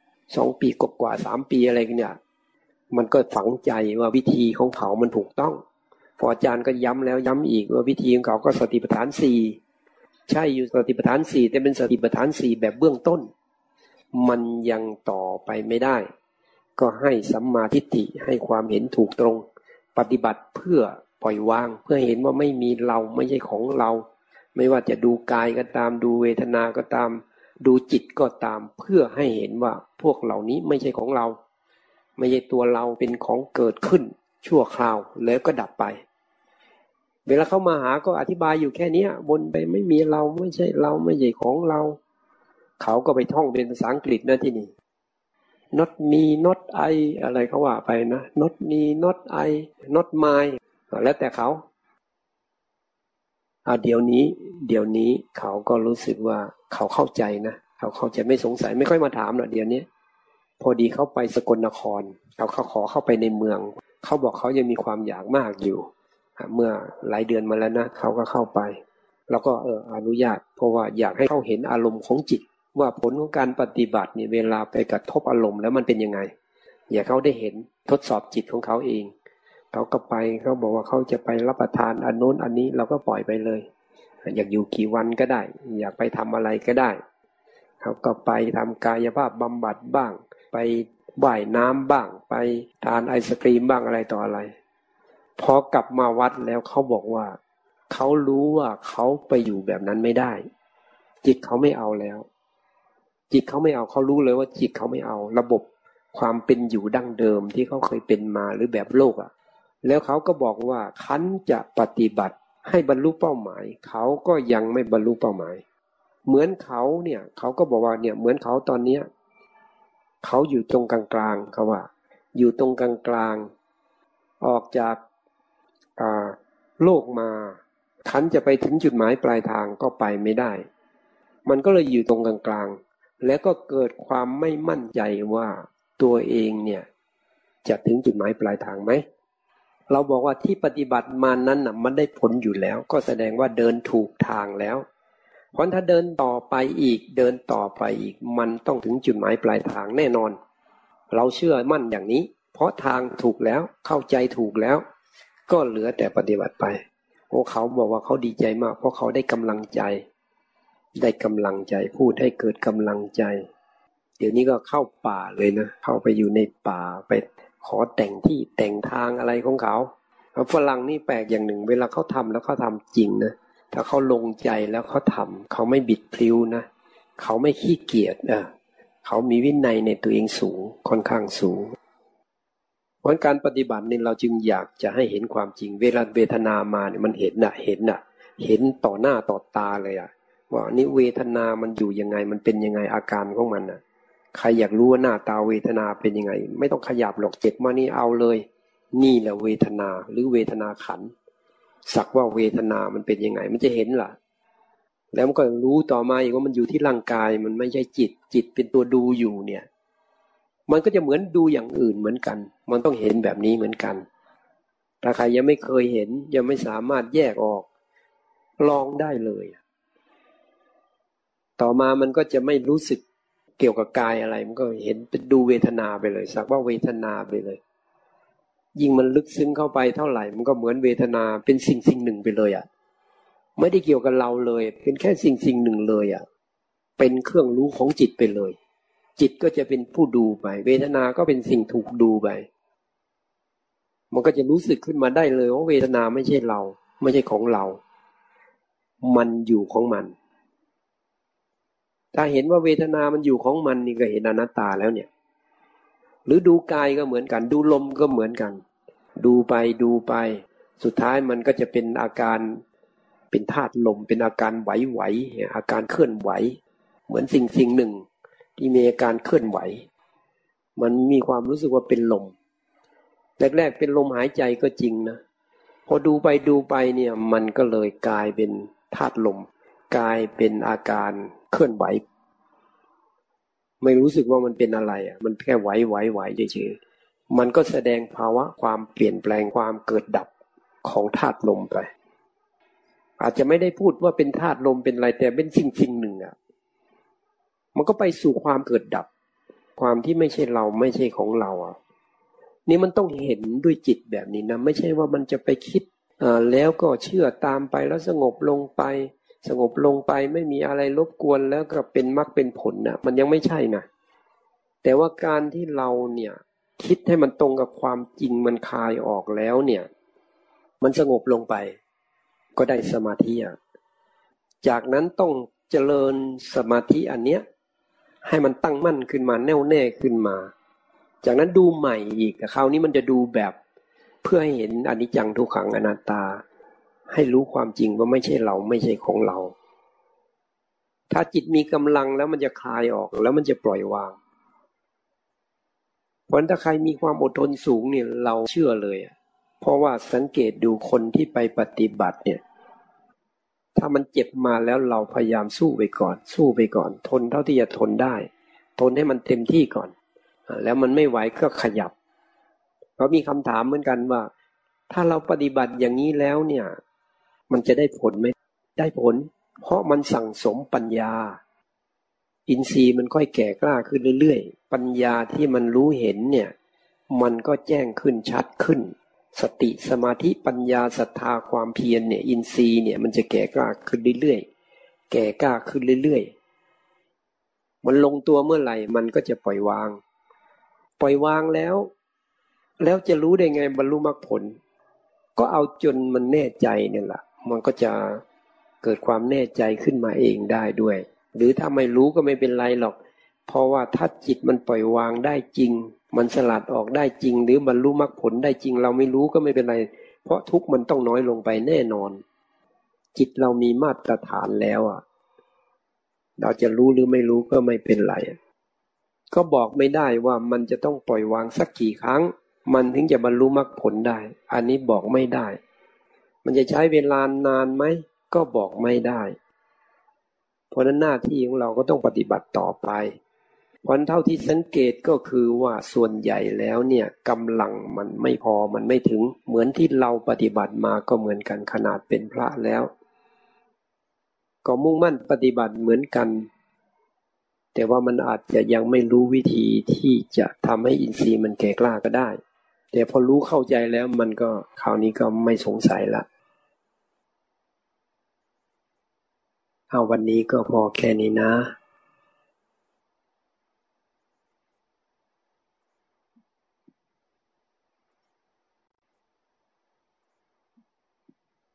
2 ปีกว่า3 ปีอะไรกันเนี่ยมันก็ฝังใจว่าวิธีของเขามันถูกต้องพออาจารย์ก็ย้ำแล้วย้ำอีกว่าวิธีของเขาก็สติปัฏฐาน4ใช่อยู่สติปัฏฐาน4แต่เป็นสติปัฏฐาน4แบบเบื้องต้นมันยังต่อไปไม่ได้ก็ให้สัมมาทิฏฐิให้ความเห็นถูกตรงปฏิบัติเพื่อปล่อยวางเพื่อเห็นว่าไม่มีเราไม่ใช่ของเราไม่ว่าจะดูกายก็ตามดูเวทนาก็ตามดูจิตก็ตามเพื่อให้เห็นว่าพวกเหล่านี้ไม่ใช่ของเราไม่ใช่ตัวเราเป็นของเกิดขึ้นชั่วคราวแล้วก็ดับไปเวลาเข้ามาหาก็อธิบายอยู่แค่นี้วนไปไม่มีเราไม่ใช่เราไม่ใช่ของเราเขาก็ไปท่องเป็นภาษาอังกฤษนะที่นี่ not me not I อะไรเขาว่าไปนะ not me not I not my แล้วแต่เขาเดี๋ยวนี้เขาก็รู้สึกว่าเขาเข้าใจนะเขาเข้าใจไม่สงสัยไม่ค่อยมาถามหรอกเดี๋ยวนี้พอดีเขาไปสกลนครเขาขอเข้าไปในเมืองเขาบอกเขายังมีความอยากมากอยู่เมื่อหลายเดือนมาแล้วนะเขาก็เข้าไปแล้วก็อนุญาตเพราะว่าอยากให้เขาเห็นอารมณ์ของจิตว่าผลของการปฏิบัติเนี่ยเวลาไปกระทบอารมณ์แล้วมันเป็นยังไงอยากเขาได้เห็นทดสอบจิตของเขาเองเขาก็ไปเขาบอกว่าเขาจะไปรับประทานอันโน้นอันนี้เราก็ปล่อยไปเลยอยากอยู่กี่วันก็ได้อยากไปทำอะไรก็ได้เขาก็ไปทำกายภาพบำบัดบ้างไปว่ายน้ำบ้างไปทานไอศกรีมบ้างอะไรต่ออะไรพอกลับมาวัดแล้วเขาบอกว่าเขารู้ว่าเขาไปอยู่แบบนั้นไม่ได้จิตเขาไม่เอาแล้วจิตเขาไม่เอาเขารู้เลยว่าจิตเขาไม่เอาระบบความเป็นอยู่ดั้งเดิมที่เขาเคยเป็นมาหรือแบบโลกแล้วเขาก็บอกว่าคันจะปฏิบัติให้บรรลุเป้าหมายเขาก็ยังไม่บรรลุเป้าหมายเหมือนเขาเนี่ยเขาก็บอกว่าเนี่ยเหมือนเขาตอนเนี้ยเขาอยู่ตรงกลางๆเขาว่าอยู่ตรงกลางๆออกจากโลกมาคันจะไปถึงจุดหมายปลายทางก็ไปไม่ได้มันก็เลยอยู่ตรงกลางๆแล้วก็เกิดความไม่มั่นใจว่าตัวเองเนี่ยจะถึงจุดหมายปลายทางไหมเราบอกว่าที่ปฏิบัติมานั้นน่ะมันได้ผลอยู่แล้วก็แสดงว่าเดินถูกทางแล้วเพราะถ้าเดินต่อไปอีกเดินต่อไปอีกมันต้องถึงจุดหมายปลายทางแน่นอนเราเชื่อมั่นอย่างนี้เพราะทางถูกแล้วเข้าใจถูกแล้วก็เหลือแต่ปฏิบัติไปโอ้เขาบอกว่าเขาดีใจมากเพราะเขาได้กำลังใจพูดให้เกิดกำลังใจเดี๋ยวนี้ก็เข้าป่าเลยนะเข้าไปอยู่ในป่าไปขอแต่งที่แต่งทางอะไรของเขาฝรั่งนี่แปลกอย่างหนึ่งเวลาเขาทำแล้วเขาทำจริงนะถ้าเขาลงใจแล้วเขาทำเขาไม่บิดพลิ้วนะเขาไม่ขี้เกียจเขามีวินัยในตัวเองสูงค่อนข้างสูงเพราะการปฏิบัตินี่เราจึงอยากจะให้เห็นความจริงเวลาเวทนามาเนี่ยมันเห็นต่อหน้าต่อตาเลยว่านี่เวทนามันอยู่ยังไงมันเป็นยังไงอาการของมันใครอยากรู้ว่าหน้าตาเวทนาเป็นยังไงไม่ต้องขยับหรอกเจ็บมานี่เอาเลยนี่แหละเวทนาหรือเวทนาขันธ์สักว่าเวทนามันเป็นยังไงมันจะเห็นล่ะแล้วมันก็รู้ต่อมาอีกว่ามันอยู่ที่ร่างกายมันไม่ใช่จิตเป็นตัวดูอยู่เนี่ยมันก็จะเหมือนดูอย่างอื่นเหมือนกันมันต้องเห็นแบบนี้เหมือนกันถ้าใครยังไม่เคยเห็นยังไม่สามารถแยกออกลองได้เลยต่อมามันก็จะไม่รู้สึกเกี่ยวกับกายอะไรมันก็เห็นเป็นดูเวทนาไปเลยสักว่าเวทนาไปเลยยิ่งมันลึกซึ้งเข้าไปเท่าไหร่มันก็เหมือนเวทนาเป็นสิ่งหนึ่งไปเลยไม่ได้เกี่ยวกับเราเลยเป็นแค่สิ่งหนึ่งเลยเป็นเครื่องรู้ของจิตไปเลยจิตก็จะเป็นผู้ดูไปเวทนาก็เป็นสิ่งถูกดูไปมันก็จะรู้สึกขึ้นมาได้เลยว่าเวทนาไม่ใช่เราไม่ใช่ของเรามันอยู่ของมันถ้าเห็นว่าเวทนามันอยู่ของมันนี่ก็เห็นอนัตตาแล้วเนี่ยหรือดูกายก็เหมือนกันดูลมก็เหมือนกันดูไปสุดท้ายมันก็จะเป็นอาการเป็นธาตุลมเป็นอาการไหวอาการเคลื่อนไหวเหมือนสิ่งหนึ่งที่มีอาการเคลื่อนไหวมันมีความรู้สึกว่าเป็นลมแรกๆเป็นลมหายใจก็จริงนะพอดูไปเนี่ยมันก็เลยกลายเป็นธาตุลมกลายเป็นอาการเคลื่อนไหวไม่รู้สึกว่ามันเป็นอะไรมันแค่ไหวเฉยๆมันก็แสดงภาวะความเปลี่ยนแปลงความเกิดดับของธาตุลมไปอาจจะไม่ได้พูดว่าเป็นธาตุลมเป็นอะไรแต่เป็นสิ่งหนึ่งมันก็ไปสู่ความเกิดดับความที่ไม่ใช่เราไม่ใช่ของเรานี่มันต้องเห็นด้วยจิตแบบนี้นะไม่ใช่ว่ามันจะไปคิดแล้วก็เชื่อตามไปแล้วสงบลงไปไม่มีอะไรรบกวนแล้วก็เป็นมรรคเป็นผลมันยังไม่ใช่นะแต่ว่าการที่เราเนี่ยคิดให้มันตรงกับความจริงมันคลายออกแล้วเนี่ยมันสงบลงไปก็ได้สมาธิจากนั้นต้องเจริญสมาธิอันเนี้ยให้มันตั้งมั่นขึ้นมาแน่วแน่ขึ้นมาจากนั้นดูใหม่อีกคราวนี้มันจะดูแบบเพื่อให้เห็นอนิจจังทุกขังอนัตตาให้รู้ความจริงว่าไม่ใช่เราไม่ใช่ของเราถ้าจิตมีกำลังแล้วมันจะคลายออกแล้วมันจะปล่อยวางเพราะถ้าใครมีความอดทนสูงเนี่ยเราเชื่อเลยเพราะว่าสังเกตดูคนที่ไปปฏิบัติเนี่ยถ้ามันเจ็บมาแล้วเราพยายามสู้ไปก่อนทนเท่าที่จะทนได้ทนให้มันเต็มที่ก่อนแล้วมันไม่ไหวก็ขยับเพราะมีคำถามเหมือนกันว่าถ้าเราปฏิบัติอย่างนี้แล้วเนี่ยมันจะได้ผลไหมได้ผลเพราะมันสั่งสมปัญญาอินทรีย์มันค่อยแก่กล้าขึ้นเรื่อยๆปัญญาที่มันรู้เห็นเนี่ยมันก็แจ้งขึ้นชัดขึ้นสติสมาธิปัญญาศรัทธาความเพียรเนี่ยอินทรีย์เนี่ยมันจะแก่กล้าขึ้นเรื่อยๆแก่กล้าขึ้นเรื่อยๆมันลงตัวเมื่อไหร่มันก็จะปล่อยวางแล้วจะรู้ได้ไงบรรลุมรรคผลก็เอาจนมันแน่ใจเนี่ยแหละมันก็จะเกิดความแน่ใจขึ้นมาเองได้ด้วยหรือถ้าไม่รู้ก็ไม่เป็นไรหรอกเพราะว่าถ้าจิตมันปล่อยวางได้จริงมันสลัดออกได้จริงหรือบรรลุมรรคผลได้จริงเราไม่รู้ก็ไม่เป็นไรเพราะทุกข์มันต้องน้อยลงไปแน่นอนจิตเรามีมาตรฐานแล้วเราจะรู้หรือไม่รู้ก็ไม่เป็นไรก็บอกไม่ได้ว่ามันจะต้องปล่อยวางสักกี่ครั้งมันถึงจะบรรลุมรรคผลได้อันนี้บอกไม่ได้มันจะใช้เวลานานไหมก็บอกไม่ได้เพราะนั้นหน้าที่ของเราก็ต้องปฏิบัติต่อไปเพราะเท่าที่สังเกตก็คือว่าส่วนใหญ่แล้วเนี่ยกำลังมันไม่พอมันไม่ถึงเหมือนที่เราปฏิบัติมาก็เหมือนกันขนาดเป็นพระแล้วก็มุ่งมั่นปฏิบัติเหมือนกันแต่ว่ามันอาจจะยังไม่รู้วิธีที่จะทำให้อินทรีย์มันแก่กล้าก็ได้แต่พอรู้เข้าใจแล้วมันก็คราวนี้ก็ไม่สงสัยละเอาวันนี้ก็พอแค่นี้นะ